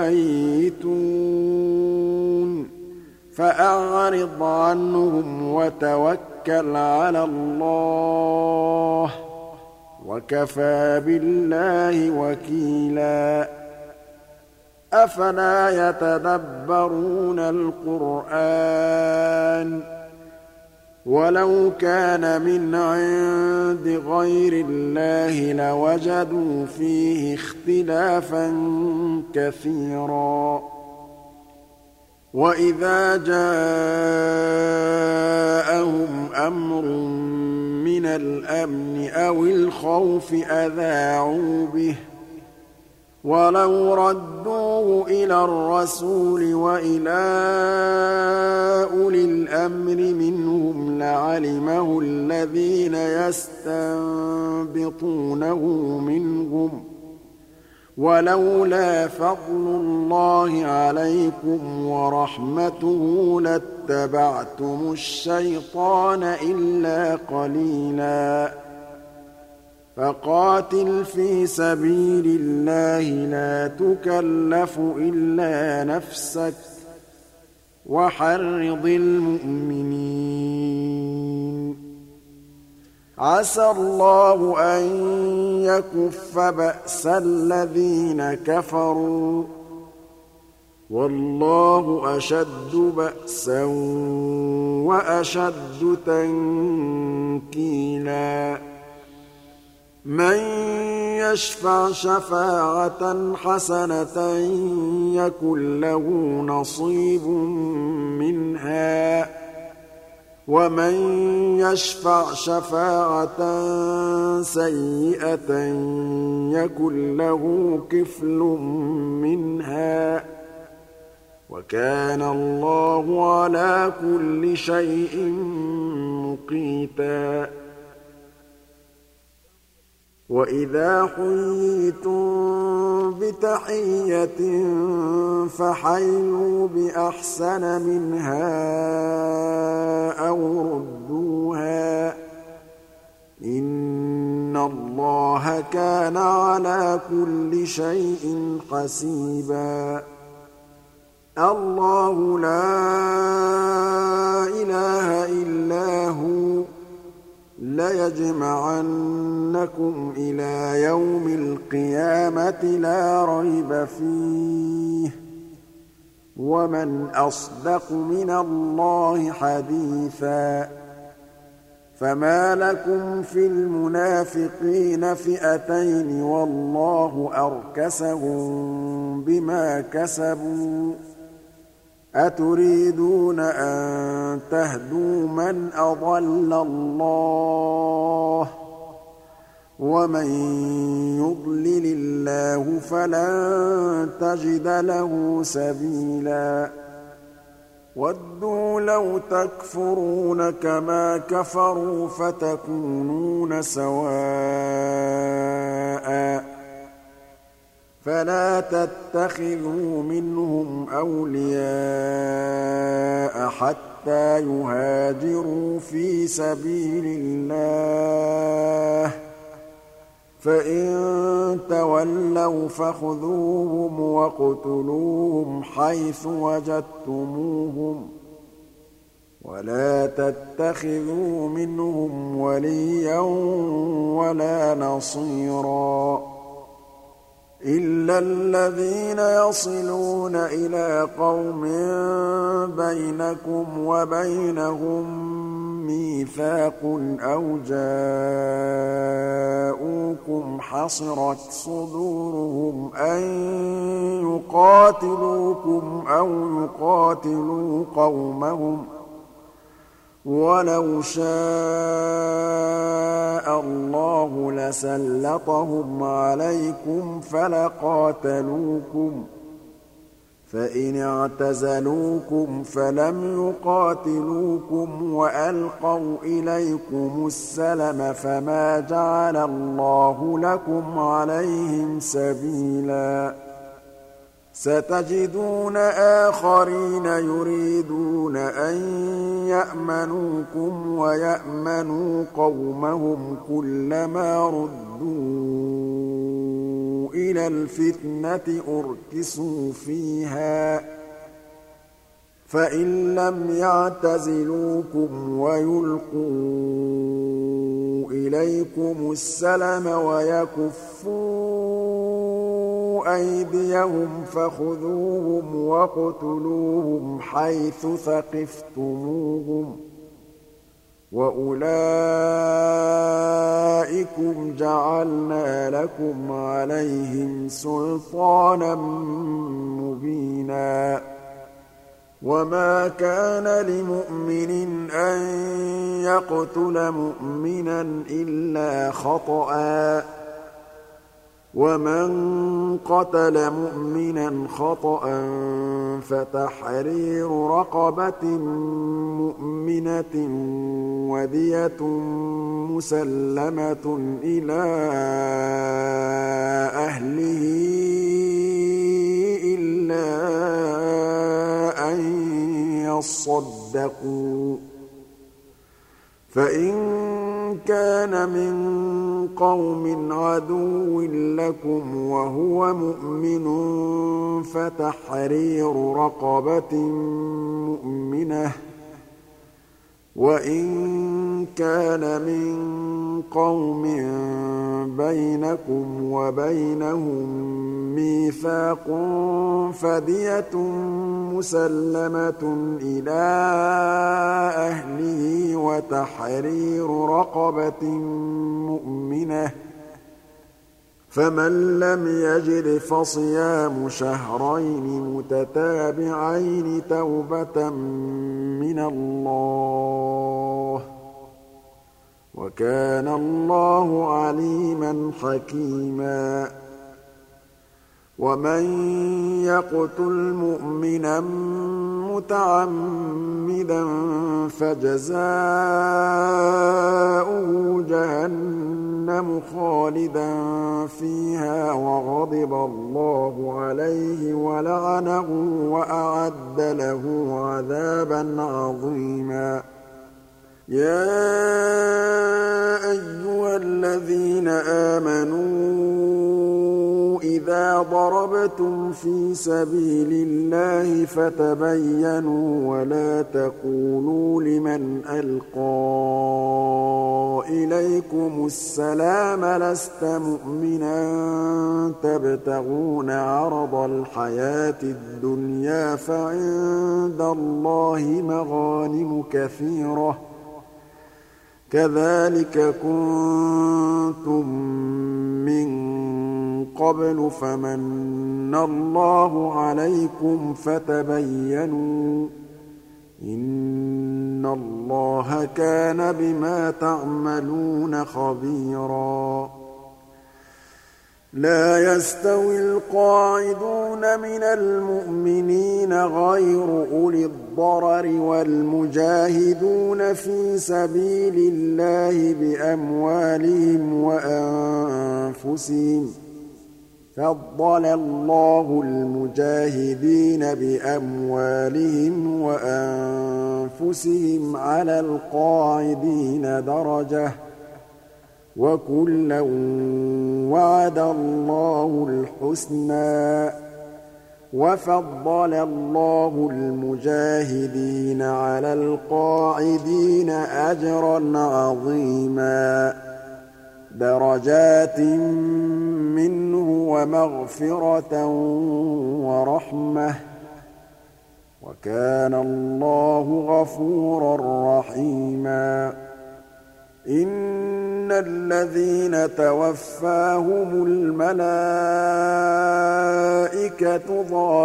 يُبَيِّتُونَ فَأَعْرِضْ عَنْهُمْ وَتَوَكَّلْ عَلَى اللَّهِ ۚ وَكَفَىٰ بِاللَّهِ وَكِيلًا أَفَلَا يَتَدَبَّرُونَ الْقُرْآنَ ۚ وَلَوْ كَانَ مِنْ عِندِ غَيْرِ اللَّهِ لَوَجَدُوا فِيهِ اخْتِلَافًا كَثِيرًا وَإِذَا جَاءَهُمْ أَمْرٌ مِّنَ الْأَمْنِ أَوِ الْخَوْفِ أَذَاعُوا بِهِ ۖ وَلَوْ رَدُّوهُ إِلَى الرَّسُولِ وَإِلَىٰ أُولِي الْأَمْرِ مِنْهُمْ لَعَلِمَهُ الَّذِينَ يَسْتَنبِطُونَهُ مِنْهُمْ ۗ وَلَوْلَا فَضْلُ اللَّهِ عَلَيْكُمْ وَرَحْمَتُهُ لَاتَّبَعْتُمُ الشَّيْطَانَ إِلَّا قَلِيلًا فَقَاتِلْ فِي سَبِيلِ اللَّهِ لَا تُكَلَّفُ إِلَّا نَفْسَكَ ۚ وَحَرِّضِ الْمُؤْمِنِينَ عَسَى اللَّهُ أَن يَكُفَّ بَأْسَ الَّذِينَ كَفَرُوا ۚ وَاللَّهُ أَشَدُّ بَأْسًا وَأَشَدُّ تَنكِيلًا مَّن يَشْفَعْ شَفَاعَةً حَسَنَةً يَكُن لَّهُ نَصِيبٌ مِّنْهَا ۖ ومن يشفع شفاعة سيئة يكن له كفل منها وكان الله على كل شيء مقيتا وإذا حييتم بتحية فحيوا بأحسن منها أو ردوها إن الله كان على كل شيء حسيبا الله لا إله إلا هو ليجمعنكم إلى يوم القيامة لا ريب فيه ومن أصدق من الله حديثا فما لكم في المنافقين فئتين والله أركسهم بما كسبوا أتريدون أن تهدوا من أضل الله ومن يضلل الله فلن تجد له سبيلا ودوا لو تكفرون كما كفروا فتكونون سواء فلا تتخذوا منهم أولياء حتى يهاجروا في سبيل الله فإن تولوا فخذوهم واقتلوهم حيث وجدتموهم ولا تتخذوا منهم وليا ولا نصيرا إلا الذين يصلون إلى قوم بينكم وبينهم ميثاق أو جاءوكم حصرت صدورهم أن يقاتلوكم أو يقاتلوا قومهم ولو شاء الله لسلطهم عليكم فلقاتلوكم فإن اعتزلوكم فلم يقاتلوكم وألقوا إليكم السلم فما جعل الله لكم عليهم سبيلا ستجدون آخرين يريدون أن يأمنوكم ويأمنوا قومهم كلما ردوا إلى الفتنة أركسوا فيها فإن لم يعتزلوكم ويلقوا إليكم السلم ويكفوا أيديهم فخذوهم واقتلوهم حيث ثقفتموهم وأولئكم جعلنا لكم عليهم سلطانا مبينا وما كان لمؤمن أن يقتل مؤمنا إلا خطأ ومن قتل مؤمنا خطأ فتحرير رقبة مؤمنة ودية مسلمة إلى أهله إلا أن يصدقوا فإن كان من قوم عدو لكم وهو مؤمن فتحرير رقبة مؤمنة وإن كان من قوم بينكم وبينهم ميثاق فدية مسلمة إلى أهله وتحرير رقبة مؤمنة فمن لم يجد فصيام شهرين متتابعين توبة من الله وكان الله عليما حكيما ومن يقتل مؤمنا متعمدا فجزاؤه جهنم خالدا فيها وغضب الله عليه ولعنه وأعد له عذابا عظيما يا أيها الذين آمنوا إذا ضربتم في سبيل الله فتبينوا ولا تقولوا لمن ألقى إليكم السلام لست مؤمنا تبتغون عرض الحياة الدنيا فعند الله مغانم كثيرة كذلك كنتم من قبل فمن الله عليكم فتبينوا إن الله كان بما تعملون خبيرا لا يستوي القاعدون من المؤمنين غير أولي الضرر والمجاهدون في سبيل الله بأموالهم وأنفسهم فضل الله المجاهدين بأموالهم وأنفسهم على القاعدين درجة وكلا وعد الله الحسنى وفضل الله المجاهدين على القاعدين أجرا عظيما درجات منه ومغفرة ورحمة وكان الله غفورا رحيما إن الذين توفاهم الملائكة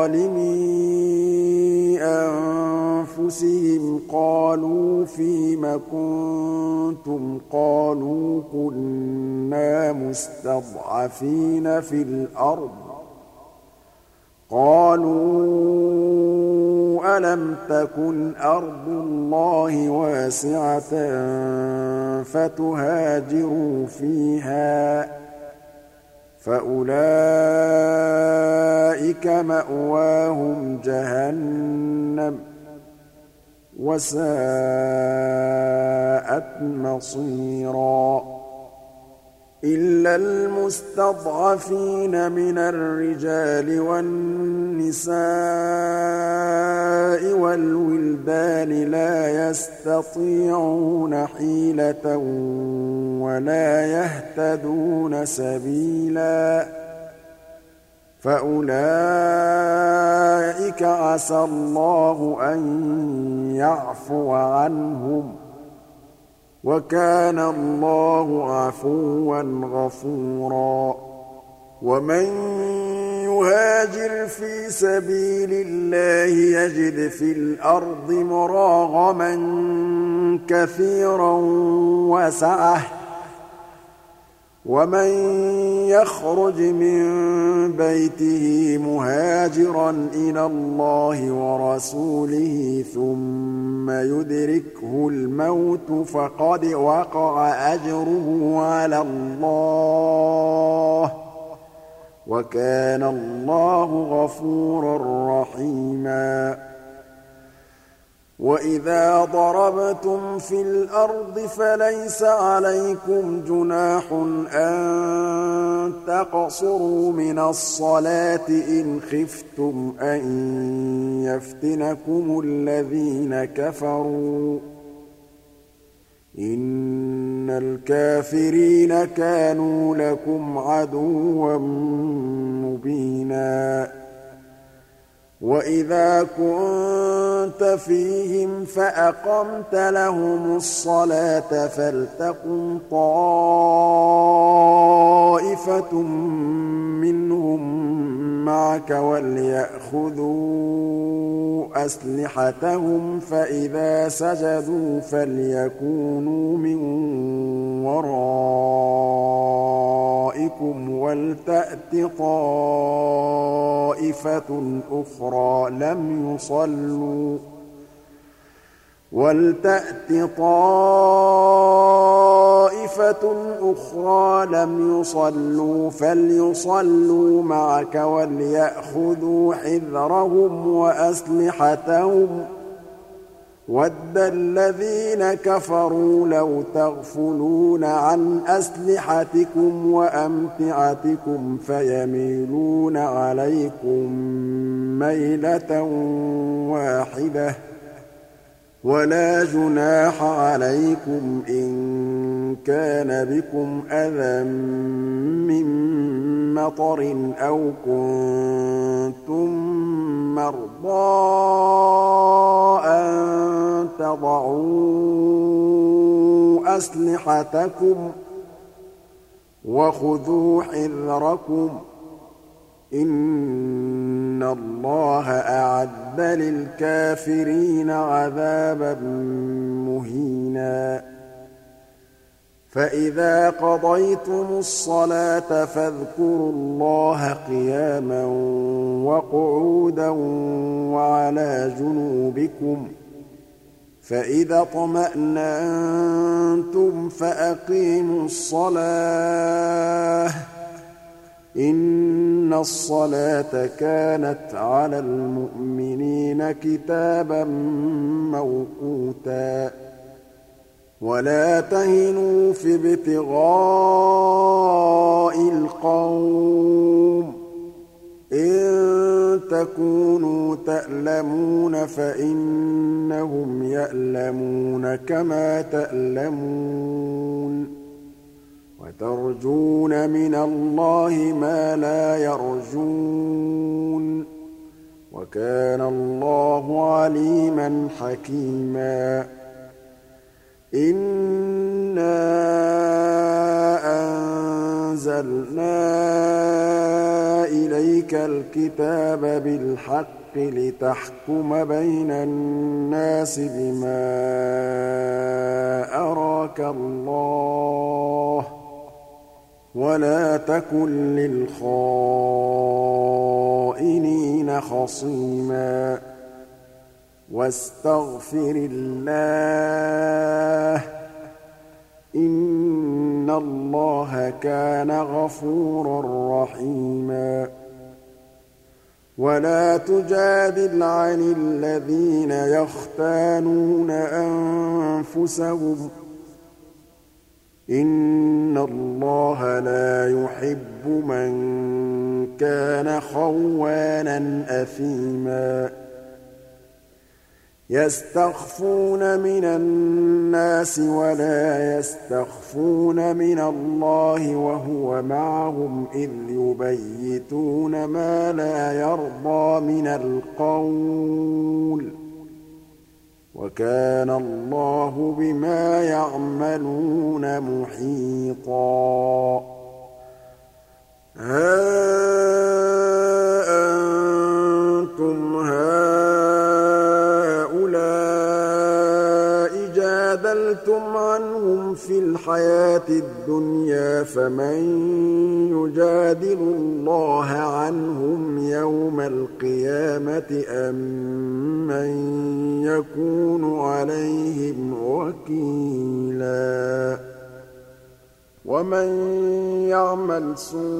ظالمي أنفسهم قالوا فيم كنتم قالوا كنا مستضعفين في الأرض قالوا ألم تكن أرض الله واسعة فتهاجروا فيها فأولئك مأواهم جهنم وساءت مصيرا إلا المستضعفين من الرجال والنساء والولدان لا يستطيعون حيلة ولا يهتدون سبيلا فأولئك عسى الله أن يعفو عنهم وكان الله عفوا غفورا ومن يهاجر في سبيل الله يجد في الأرض مراغما كثيرا وسعة ومن يخرج من بيته مهاجرا إلى الله ورسوله ثم يدركه الموت فقد وقع أجره على الله وكان الله غفورا رحيما وإذا ضربتم في الأرض فليس عليكم جناح أن تقصروا من الصلاة إن خفتم أن يفتنكم الذين كفروا إن الكافرين كانوا لكم عدوا مبينا وإذا كنت فيهم فأقمت لهم الصلاة فلتقم طائفة طَائِفَةٌ مِّنْهُم مَّعَكَ وَلْيَأْخُذُوا أَسْلِحَتَهُمْ فَإِذَا سَجَدُوا فَلْيَكُونُوا مِن وَرَائِكُمْ وَلْتَأْتِ طَائِفَةٌ أُخْرَىٰ لَمْ يُصَلُّوا فَلْيُصَلُّوا مَعَكَ وَلْيَأْخُذُوا حِذْرَهُمْ وَأَسْلِحَتَهُمْ ۗ وَدَّ الَّذِينَ كَفَرُوا لَوْ تَغْفُلُونَ عَنْ أَسْلِحَتِكُمْ وَأَمْتِعَتِكُمْ فَيَمِيلُونَ عَلَيْكُم مَّيْلَةً وَاحِدَةً ۚ وَلَا جُنَاحَ عَلَيْكُمْ إِن كَانَ بِكُمْ أَذًى مِّن مَّطَرٍ أَوْ كُنتُم مَّرْضَىٰ أَن تَضَعُوا أَسْلِحَتَكُمْ ۖ وَخُذُوا حِذْرَكُمْ ۗ إِنَّ اللَّهَ أَعَدَّ لِلْكَافِرِينَ عَذَابًا مُّهِينًا فَإِذَا قَضَيْتُمُ الصَّلَاةَ فَاذْكُرُوا اللَّهَ قِيَامًا وَقُعُودًا وَعَلَىٰ جُنُوبِكُمْ ۚ فَإِذَا اطْمَأْنَنتُمْ فَأَقِيمُوا الصَّلَاةَ ۚ إِنَّ الصَّلَاةَ كَانَتْ عَلَى الْمُؤْمِنِينَ كِتَابًا مَّوْقُوتًا وَلَا تَهِنُوا فِي ابْتِغَاءِ الْقَوْمِ ۖ إِن تَكُونُوا تَأْلَمُونَ فَإِنَّهُمْ يَأْلَمُونَ كَمَا تَأْلَمُونَ وَتَرْجُونَ مِنَ اللَّهِ مَا لَا يَرْجُونَ ۗ وَكَانَ اللَّهُ عَلِيمًا حَكِيمًا إِنَّا أَنزَلْنَا إِلَيْكَ الْكِتَابَ بِالْحَقِّ لِتَحْكُمَ بَيْنَ النَّاسِ بِمَا أَرَاكَ اللَّهُ ۚ وَلَا تَكُن لِّلْخَائِنِينَ خَصِيمًا وَاسْتَغْفِرِ اللَّهَ ۖ إِنَّ اللَّهَ كَانَ غَفُورًا رَّحِيمًا وَلَا تُجَادِلْ عَنِ الَّذِينَ يَخْتَانُونَ أَنفُسَهُمْ ۚ إِنَّ اللَّهَ لَا يُحِبُّ مَن كَانَ خَوَّانًا أَثِيمًا يَسْتَخْفُونَ مِنَ النَّاسِ وَلَا يَسْتَخْفُونَ مِنَ اللَّهِ وَهُوَ مَعَهُمْ إِذْ يُبَيِّتُونَ مَا لَا يَرْضَىٰ مِنَ الْقَوْلِ ۚ وَكَانَ اللَّهُ بِمَا يَعْمَلُونَ مُحِيطًا هَا أَنتُمْ هَٰؤُلَاءِ جَادَلْتُمْ عَنْهُمْ فِي الْحَيَاةِ الدُّنْيَا فَمَن يُجَادِلُ اللَّهَ عَنْهُمْ يَوْمَ الْقِيَامَةِ أَم مَّن يَكُونُ عَلَيْهِمْ وَكِيلًا وَمَن يَعْمَلْ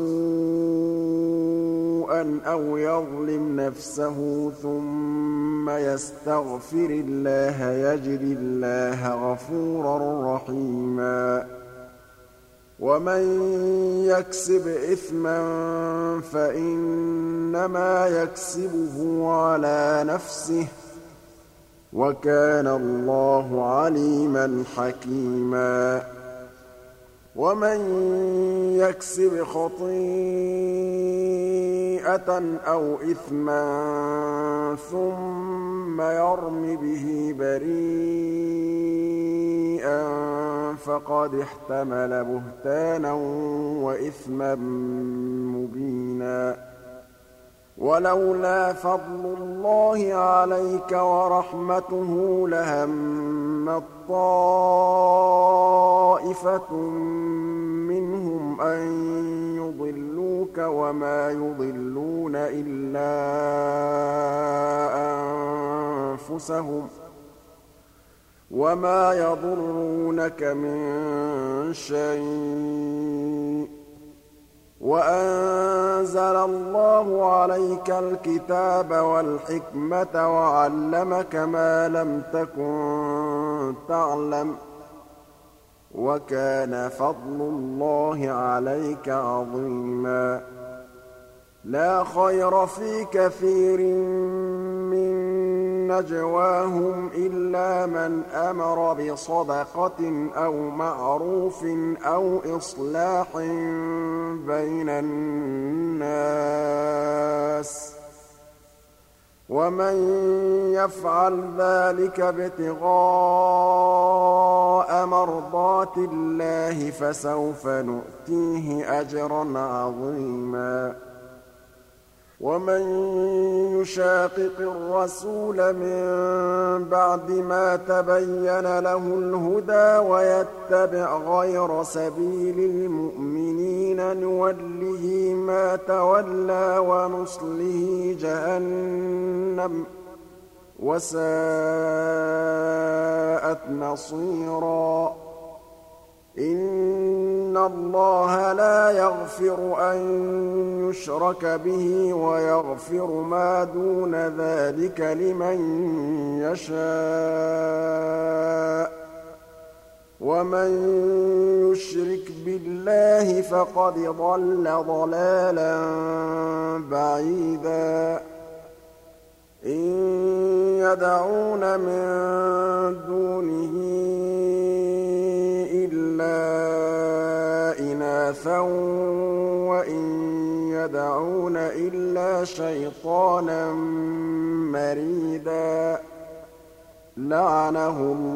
سُوءًا أَوْ يَظْلِمْ نَفْسَهُ ثُمَّ يَسْتَغْفِرِ اللَّهَ يَجِدِ اللَّهَ غَفُورًا رَّحِيمًا وَمَن يَكْسِبْ إِثْمًا فَإِنَّمَا يَكْسِبُهُ عَلَىٰ نَفْسِهِ ۚ وَكَانَ اللَّهُ عَلِيمًا حَكِيمًا ومن يكسب خطيئة أو إثما ثم يرم به بريئا فقد احتمل بهتانا وإثما مبينا ولولا فضل الله عليك ورحمته لهمت طائفة منهم أن يضلوك وما يضلون إلا أنفسهم وما يضرونك من شيء وأنزل الله عليك الكتاب والحكمة وعلمك ما لم تكن تعلم وكان فضل الله عليك عظيما لا خير في كثير من نجواهم إلا من أمر بصدقة أو معروف أو إصلاح بين الناس ومن يفعل ذلك ابتغاء مرضات الله فسوف نؤتيه أجرا عظيما ومن يشاقق الرسول من بعد ما تبين له الهدى ويتبع غير سبيل المؤمنين نوله ما تولى ونصله جهنم وساءت مصيرا إن الله لا يغفر أن يشرك به ويغفر ما دون ذلك لمن يشاء ومن يشرك بالله فقد ضل ضلالا بعيدا إن يدعون من دونه إلا إناثا وإن يدعون إلا شيطانا مريدا لعنه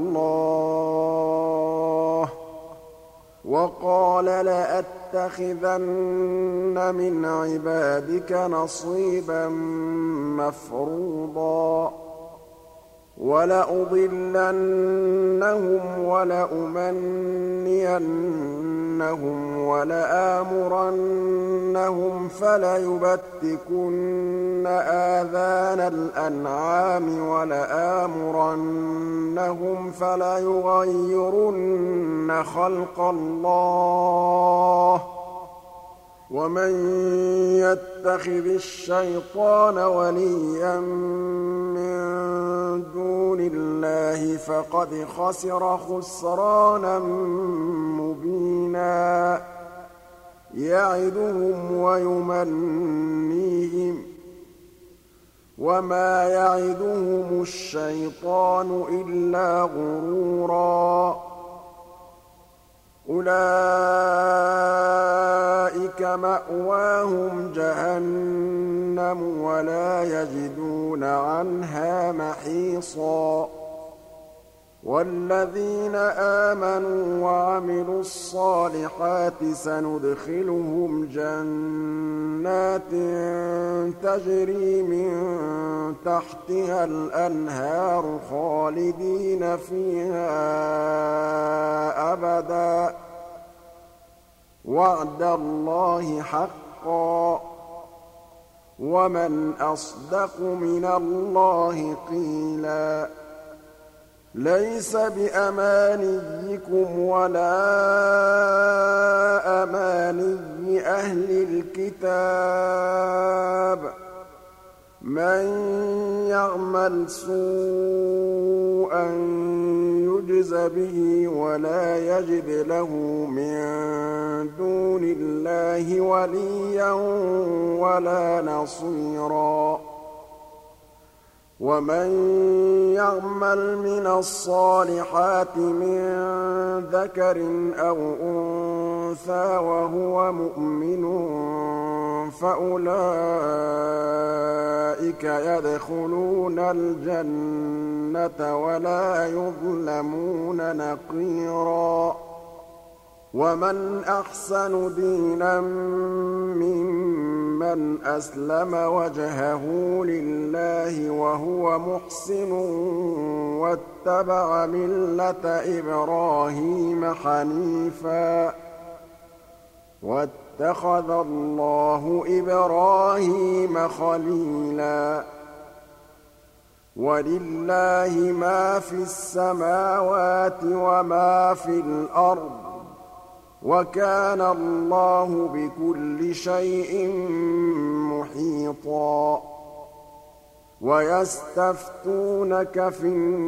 الله وقال لأتخذن من عبادك نصيبا مفروضا ولأضلنهم ولأمنينهم ولآمرنهم فليبتكن آذان الأنعام ولآمرنهم فليغيرن خلق الله ومن يتخذ الشيطان وليا من دون الله فقد خسر خسرانا مبينا يعدهم ويمنيهم وما يعدهم الشيطان إلا غرورا أولئك مأواهم جهنم ولا يجدون عنها محيصا والذين آمنوا وعملوا الصالحات سندخلهم جنات تجري من تحتها الأنهار خالدين فيها أبدا وعد الله حقا ومن أصدق من الله قيلا ليس بأمانيكم ولا أماني أهل الكتاب من يعمل سوءا يجز به ولا يجد له من دون الله وليا ولا نصيرا ومن يعمل من الصالحات من ذكر أو أنثى وهو مؤمن فأولئك يدخلون الجنة ولا يظلمون نقيرا ومن أحسن دينا ممن أسلم وجهه لله وهو محسن واتبع ملة إبراهيم حنيفا واتخذ الله إبراهيم خليلا ولله ما في السماوات وما في الأرض وكان الله بكل شيء محيطا ويستفتونك في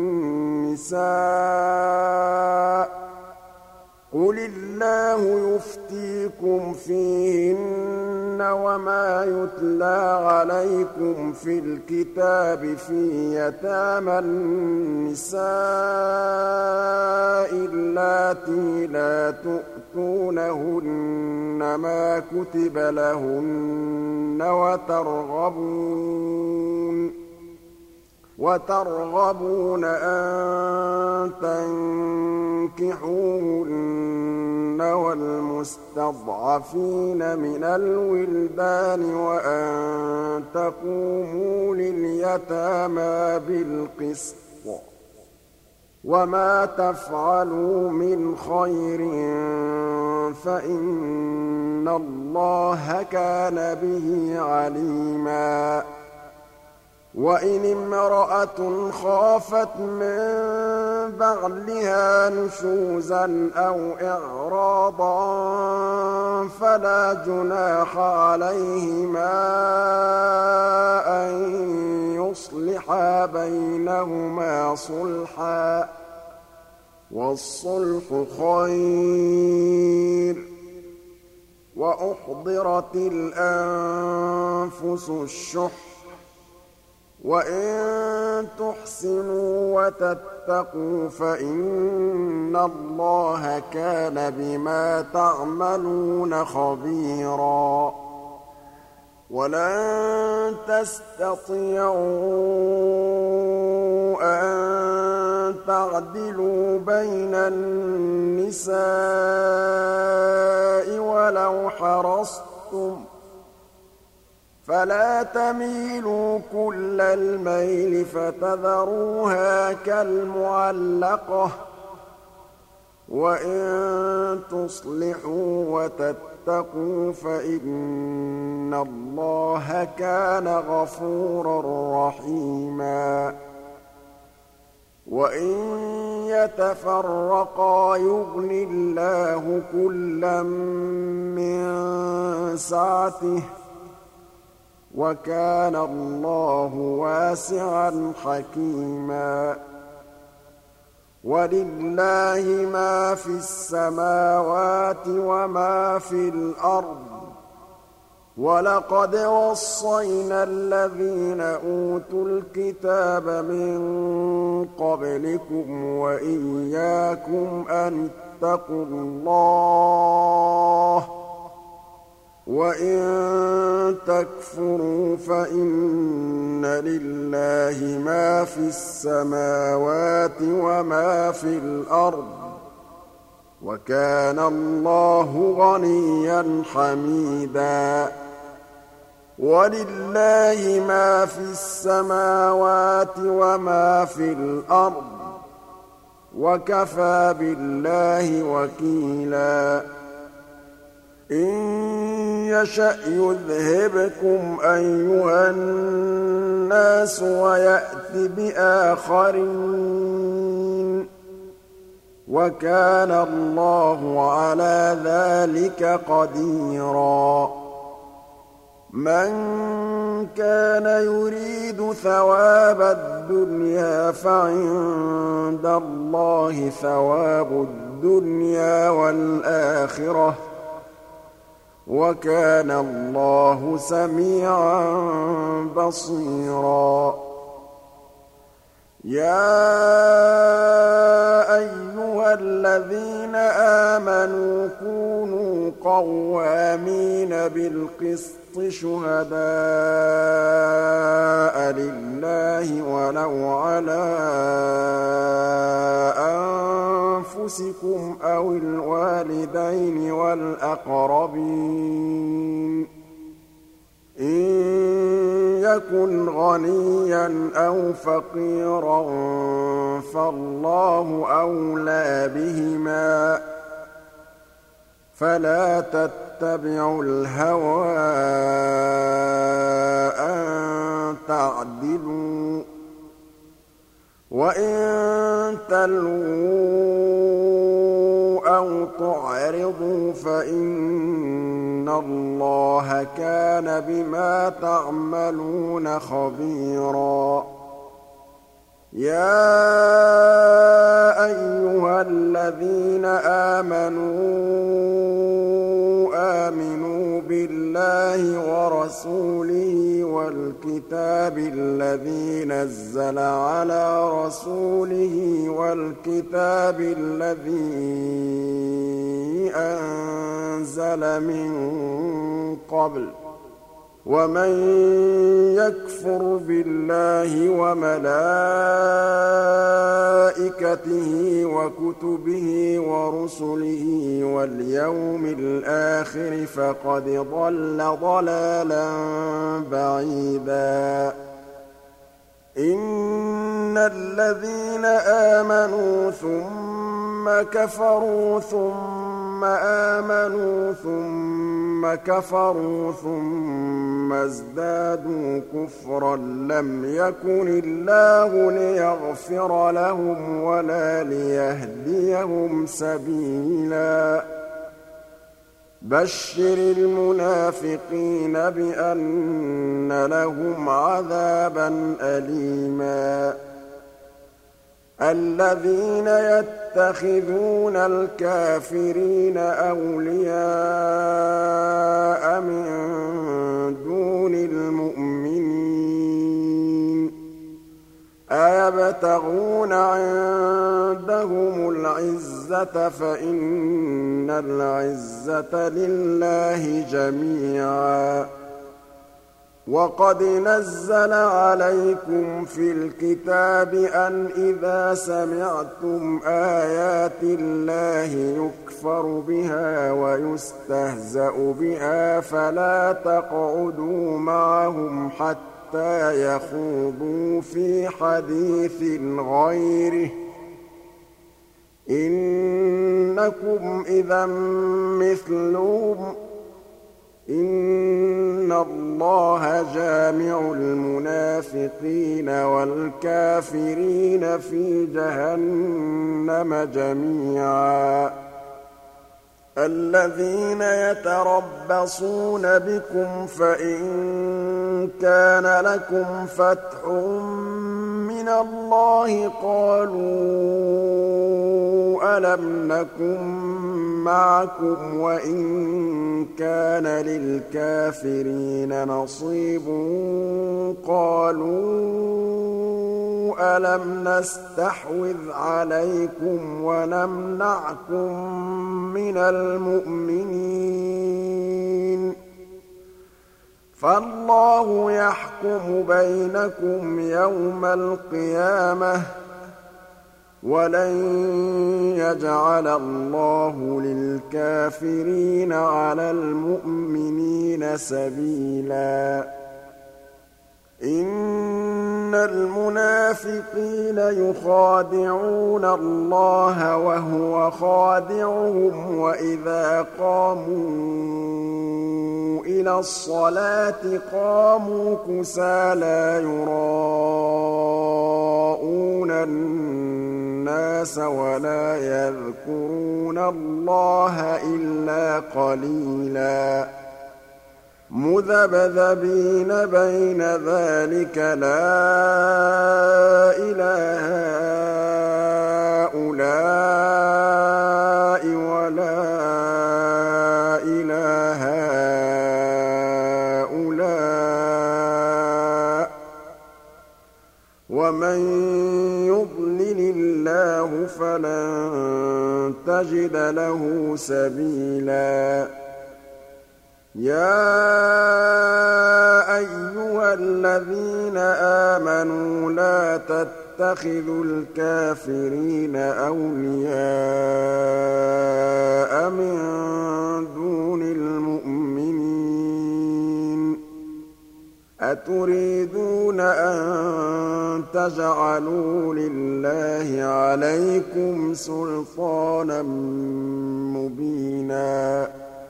النساء قل الله يفتيكم فيهن وما يتلى عليكم في الكتاب في يتامى النساء اللاتي لا تؤتونهن ما كتب لهن وترغبون أن تنكحوهن والمستضعفين من الولدان وأن تقوموا لليتامى بالقسط وما تفعلوا من خير فإن الله كان به عليما وإن امرأة خافت من بعلها نشوزا أو إعراضا فلا جناح عليهما أن يصلحا بينهما صلحا والصلح خير وأحضرت الأنفس الشح وإن تحسنوا وتتقوا فإن الله كان بما تعملون خبيرا ولن تستطيعوا أن تعدلوا بين النساء ولو حرصتم فلا تميلوا كل الميل فتذروها كالمعلقة وإن تصلحوا وتتقوا فإن الله كان غفورا رحيما وإن يتفرقا يغن الله كلا من سعته وكان الله واسعا حكيما ولله ما في السماوات وما في الأرض ولقد وصينا الذين أوتوا الكتاب من قبلكم وإياكم أن اتقوا الله وإن تكفروا فإن لله ما في السماوات وما في الأرض وكان الله غنيا حميدا ولله ما في السماوات وما في الأرض وكفى بالله وكيلا إن يشأ يذهبكم أيها الناس ويأت بآخرين وكان الله على ذلك قديرا من كان يريد ثواب الدنيا فعند الله ثواب الدنيا والآخرة وكان الله سميعا بصيرا يَا أَيُّهَا الَّذِينَ آمَنُوا كُونُوا قَوَّامِينَ بِالْقِسْطِ شُهَدَاءَ لِلَّهِ وَلَوْ عَلَىٰ أَنفُسِكُمْ أَوِ الْوَالِدَيْنِ وَالْأَقْرَبِينَ إِن يَكُنْ غَنِيًّا أَوْ فَقِيرًا فَاللَّهُ أَوْلَىٰ بِهِمَا ۖ فَلَا تَتَّبِعُوا الْهَوَىٰ أَن تَعْدِلُوا ۚ وَإِن تَلْوُوا أَوْ تُعْرِضُوا فَإِنَّ اللَّهَ كَانَ بِمَا تَعْمَلُونَ خَبِيرًا يَا أَيُّهَا الَّذِينَ آمِنُوا بِاللَّهِ وَرَسُولِهِ وَالْكِتَابِ الَّذِي نَزَّلَ عَلَىٰ رَسُولِهِ وَالْكِتَابِ الَّذِي أَنزَلَ مِن قَبْلُ ۚ وَمَن يَكْفُرْ بِاللَّهِ وَمَلَائِكَتِهِ وَكُتُبِهِ وَرُسُلِهِ وَالْيَوْمِ الْآخِرِ فَقَدْ ضَلَّ ضَلَالًا بَعِيدًا إِنَّ الَّذِينَ آمَنُوا ثُمَّ كَفَرُوا ثُمَّ آمَنُوا ثُمَّ كَفَرُوا ثُمَّ ازْدَادُوا كُفْرًا لَّمْ يَكُنِ اللَّهُ لِيَغْفِرَ لَهُمْ وَلَا لِيَهْدِيَهُمْ سَبِيلًا بَشِّرِ الْمُنَافِقِينَ بِأَنَّ لَهُمْ عَذَابًا أَلِيمًا الَّذِينَ يَتَّخِذُونَ الْكَافِرِينَ أَوْلِيَاءَ مِن دُونِ الْمُؤْمِنِينَ أَيَبْتَغُونَ عِندَهُمُ الْعِزَّةَ فَإِنَّ الْعِزَّةَ لِلَّهِ جَمِيعًا وَقَدْ نَزَّلَ عَلَيْكُمْ فِي الْكِتَابِ أَنْ إِذَا سَمِعْتُمْ آيَاتِ اللَّهِ يُكْفَرُ بِهَا وَيُسْتَهْزَأُ بِهَا فَلَا تَقْعُدُوا مَعَهُمْ حَتَّىٰ يَخُوضُوا فِي حَدِيثٍ غَيْرِهِ ۚ إِنَّكُمْ إِذًا مِّثْلُهُمْ ۗ إِنَّ اللَّهَ جَامِعُ الْمُنَافِقِينَ وَالْكَافِرِينَ فِي جَهَنَّمَ جَمِيعًا الَّذِينَ يَتَرَبَّصُونَ بِكُمْ فَإِن كَانَ لَكُمْ فَتْحٌ مِّنَ اللَّهِ قَالُوا أَلَمْ نَكُن مَّعَكُمْ وَإِن كَانَ لِلْكَافِرِينَ نَصِيبٌ قَالُوا أَلَمْ نَسْتَحْوِذْ عَلَيْكُمْ وَنَمْنَعْكُم مِّنَ الْمُؤْمِنِينَ ۖ فَاللَّهُ يَحْكُمُ بَيْنَكُمْ يَوْمَ الْقِيَامَةِ ۗ وَلَن يَجْعَلَ اللَّهُ لِلْكَافِرِينَ عَلَى الْمُؤْمِنِينَ سَبِيلًا إِنَّ الْمُنَافِقِينَ يُخَادِعُونَ اللَّهَ وَهُوَ خَادِعُهُمْ وَإِذَا قَامُوا إِلَى الصَّلَاةِ قَامُوا كُسَالَىٰ يُرَاءُونَ النَّاسَ وَلَا يَذْكُرُونَ اللَّهَ إِلَّا قَلِيلًا مُّذَبْذَبِينَ بَيْنَ ذَٰلِكَ لَا إِلَىٰ هَٰؤُلَاءِ وَلَا إِلَىٰ هَٰؤُلَاءِ ومن يضلل الله فلن تجد له سبيلا يا أيها الذين آمنوا لا تتخذوا الكافرين أولياء من دون المؤمنين أتريدون أن تجعلوا لله عليكم سلطانا مبينا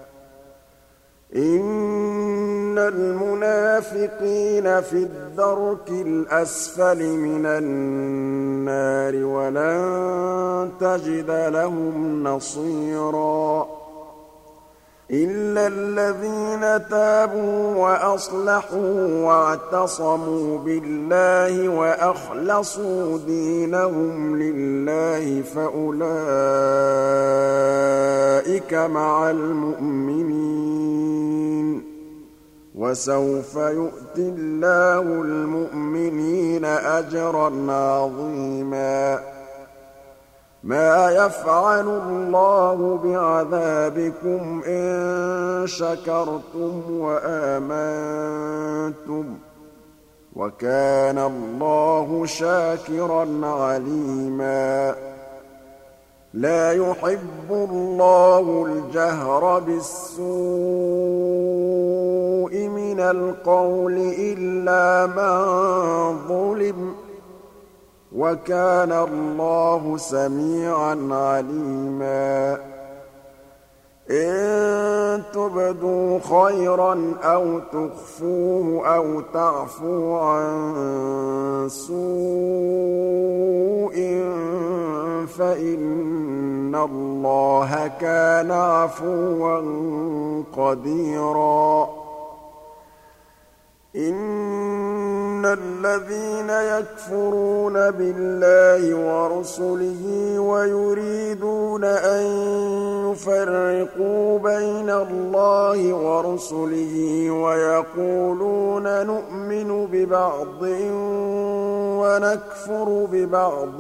إن المنافقين في الدرك الأسفل من النار ولن تجد لهم نصيرا إلا الذين تابوا وأصلحوا واعتصموا بالله وأخلصوا دينهم لله فأولئك مع المؤمنين وسوف يؤتي الله المؤمنين أجرا عظيما ما يفعل الله بعذابكم إن شكرتم وآمنتم وكان الله شاكرا عليما لا يحب الله الجهر بالسوء من القول إلا من ظلم وكان الله سميعا عليما إن تبدوا خيرا أو تخفوه أو تعفوا عن سوء فإن الله كان عفوا قديرا إن الذين يكفرون بالله ورسله ويريدون أن يفرقوا بين الله ورسله ويقولون نؤمن ببعض ونكفر ببعض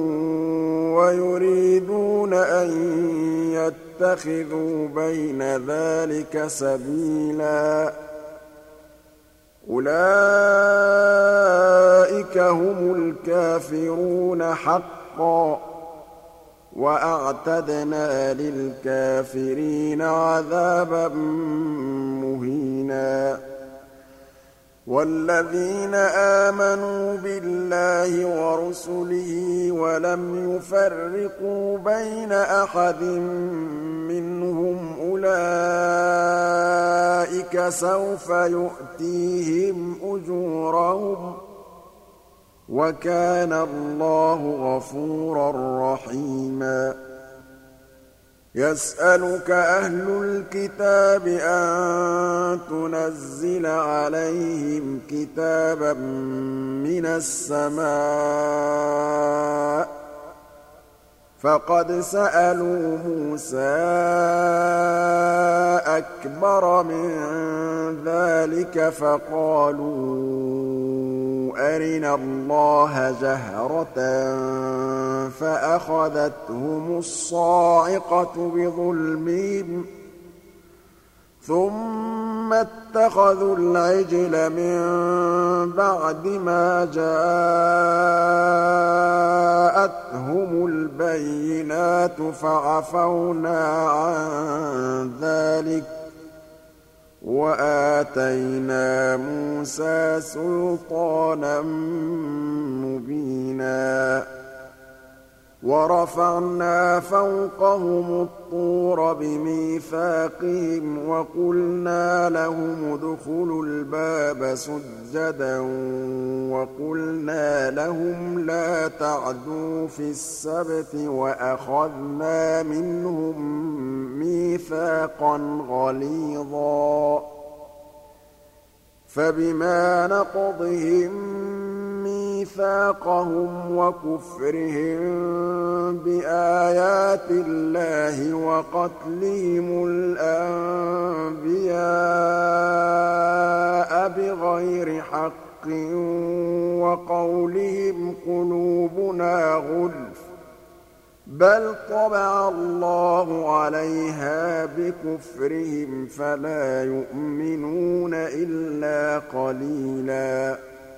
ويريدون أن يتخذوا بين ذلك سبيلا أولئك هم الكافرون حقا وأعتدنا للكافرين عذابا مهينا والذين آمنوا بالله ورسله ولم يفرقوا بين أحد منهم أولئك سوف يؤتيهم أجورهم وكان الله غفورا رحيما يسألك أهل الكتاب أن تنزل عليهم كتابا من السماء فقد سألوا موسى أكبر من ذلك فقالوا أرنا الله جهرة فأخذتهم الصاعقة بظلمهم ثم اتخذوا العجل من بعد ما جاءتهم البينات فعفونا عن ذلك وآتينا موسى سلطانا مبينا ورفعنا فوقهم الطور بميثاقهم وقلنا لهم ادخلوا الباب سجدا وقلنا لهم لا تعدوا في السبت وأخذنا منهم ميثاقا غليظا فبما نقضهم ميثاقهم وكفرهم بآيات الله وقتلهم الأنبياء بغير حق وقولهم قلوبنا غلف بل طبع الله عليها بكفرهم فلا يؤمنون إلا قليلا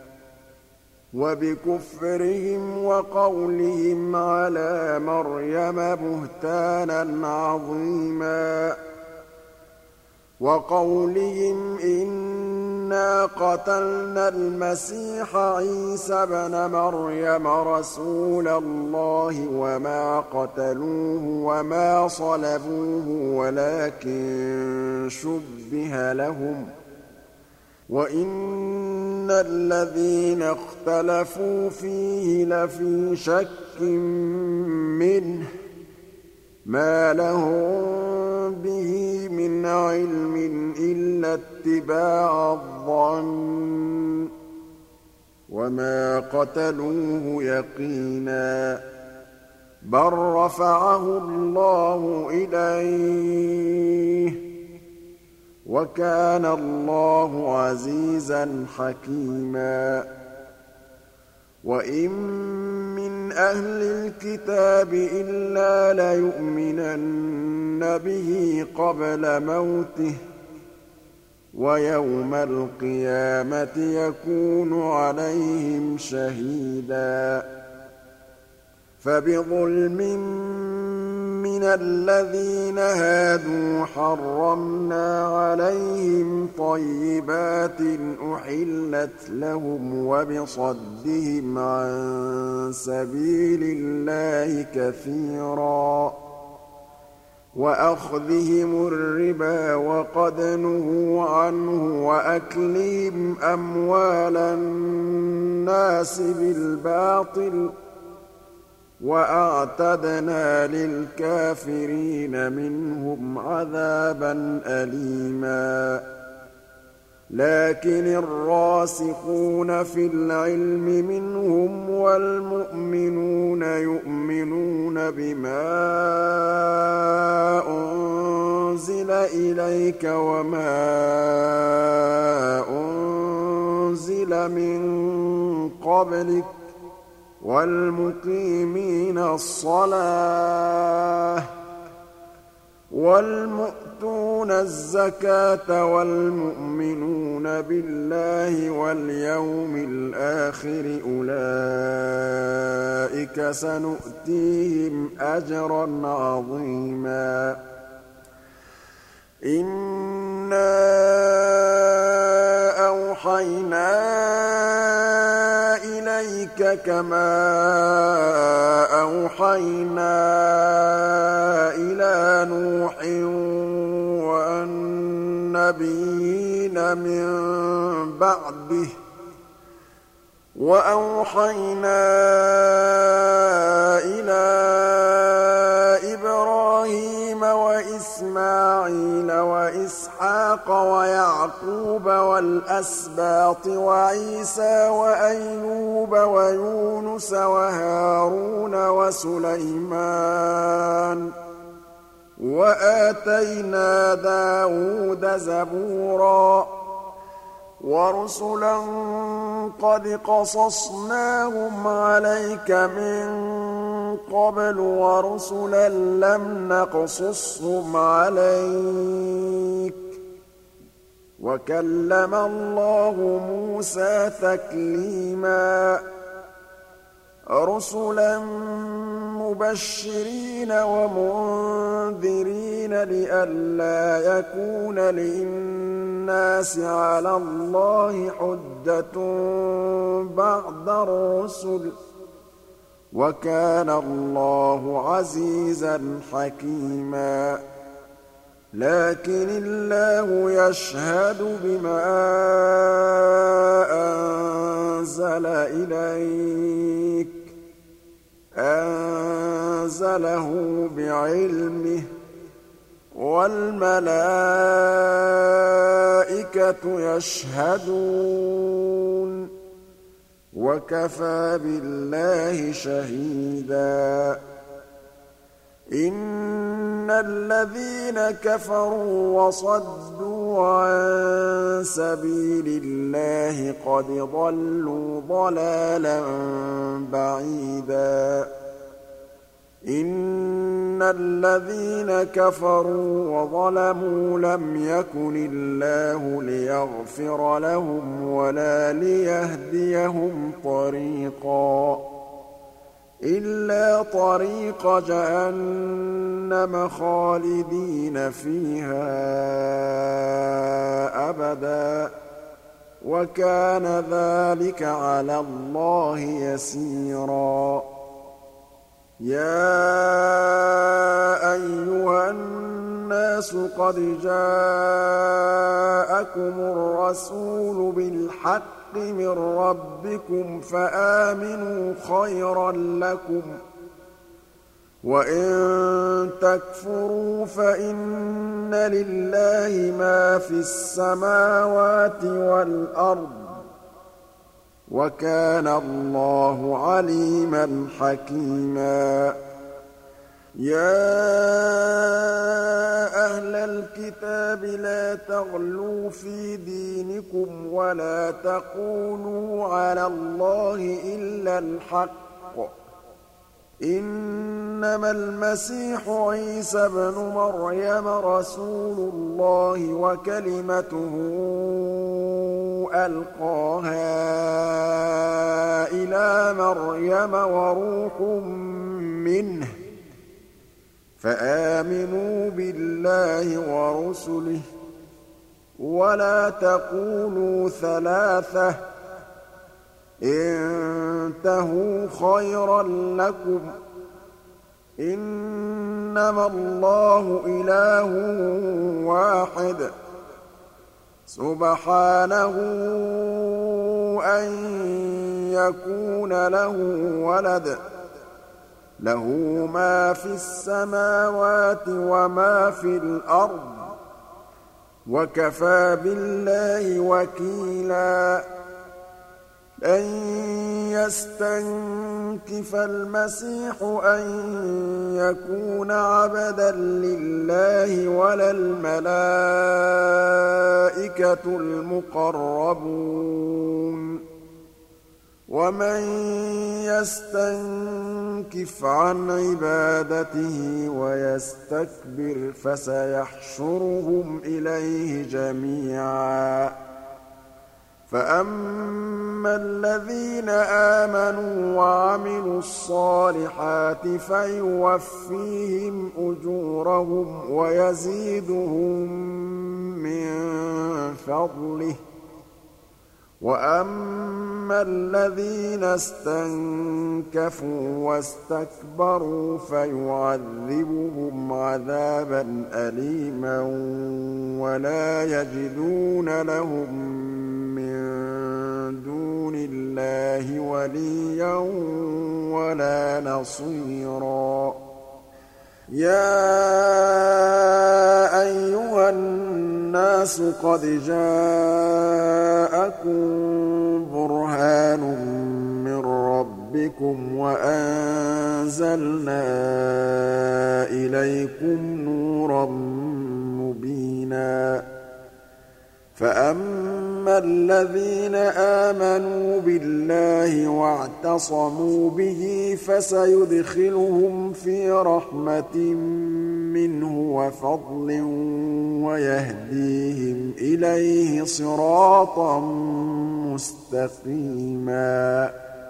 وبكفرهم وقولهم على مريم بهتانا عظيما وقولهم إنا قتلنا المسيح عيسى ابن مريم رسول الله وما قتلوه وما صلبوه ولكن شبه لهم وإن الذين اختلفوا فيه لفي شك منه ما لهم به من علم إلا اتباع الظن وما قتلوه يقينا بل رفعه الله إليه وكان الله عزيزا حكيما وإن من أهل الكتاب إلا ليؤمنن به قبل موته ويوم القيامة يكون عليهم شهيدا فبظلم من الذين هادوا حرمنا عليهم طيبات أحلت لهم وبصدهم عن سبيل الله كثيرا وأخذهم الربا وقد نهوا عنه وأكلهم أموال الناس بالباطل وأعتدنا للكافرين منهم عذابا أليما لكن الراسخون في العلم منهم والمؤمنون يؤمنون بما أنزل إليك وما أنزل من قبلك والمقيمين الصلاة والمؤتون الزكاة والمؤمنون بالله واليوم الآخر أولئك سنؤتيهم أجرا عظيما إنا أوحينا إليك كما أوحينا إلى نوح والنبيين من بعده وأوحينا إلى إبراهيم وإسماعيل وإسحاق ويعقوب والأسباط وعيسى وأيوب ويونس وهارون وسليمان وآتينا داود زبورا ورسلا قد قصصناهم عليك من قبل ورسلا لم نقصصهم عليك وكلم الله موسى تكليما رسلا مبشرين ومنذرين لئلا يكون للناس على الله حجة بعد الرسل وكان الله عزيزا حكيما لكن الله يشهد بما أنزل إليك أنزله بعلمه والملائكة يشهدون وكفى بالله شهيدا إن الذين كفروا وصدوا صدوا عن سبيل الله قد ضلوا ضلالا بعيدا إن الذين كفروا وظلموا لم يكن الله ليغفر لهم ولا ليهديهم طريقا إلا طريق جهنم خالدين فيها أبدا وكان ذلك على الله يسيرا يا أيها الناس قد جاءكم الرسول بالحق من ربكم فآمنوا خيرا لكم وإن تكفروا فإن لله ما في السماوات والأرض وكان الله عليما حكيما يا أهل الكتاب لا تغلوا في دينكم ولا تقولوا على الله إلا الحق إنما المسيح عيسى ابن مريم رسول الله وكلمته ألقاها إلى مريم وروح منه فآمنوا بالله ورسله ولا تقولوا ثلاثة انتهوا خيرا لكم إنما الله إله واحد سبحانه أن يكون له ولد له ما في السماوات وما في الأرض وكفى بالله وكيلا لن يستنكف المسيح أن يكون عبدا لله ولا الملائكة المقربون ومن يستنكف عن عبادته ويستكبر فسيحشرهم إليه جميعا فأما الذين آمنوا وعملوا الصالحات فيوفيهم أجورهم ويزيدهم من فضله وأما الذين استنكفوا واستكبروا فيعذبهم عذابا أليما ولا يجدون لهم من دون الله وليا ولا نصيرا يا أيها الناس قد جاءكم برهان من ربكم وأنزلنا إليكم نورا مبينا فأما الذين آمنوا بالله واعتصموا به فسيدخلهم في رحمة منه وفضل ويهديهم إليه صراطا مستقيما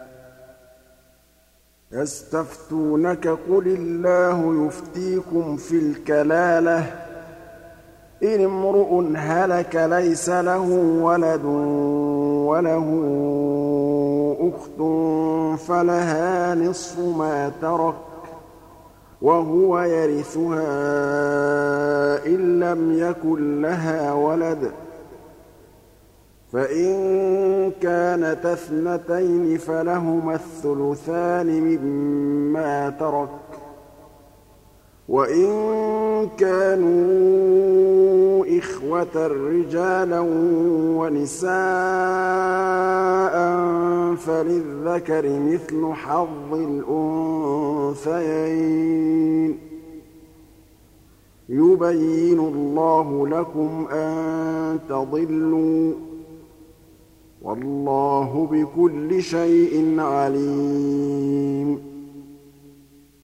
يستفتونك قل الله يفتيكم في الكلالة إن امرؤ هلك ليس له ولد وله أخت فلها نصف ما ترك وهو يرثها إن لم يكن لها ولد فإن كانتا اثنتين فلهما الثلثان مما ترك وإن كانوا إخوة رجالا ونساء فللذكر مثل حظ الأنثيين يُبَيِّنُ اللَّهُ لَكُمْ أَن تَضِلُّوا ۗ وَاللَّهُ بِكُلِّ شَيْءٍ عَلِيمٌ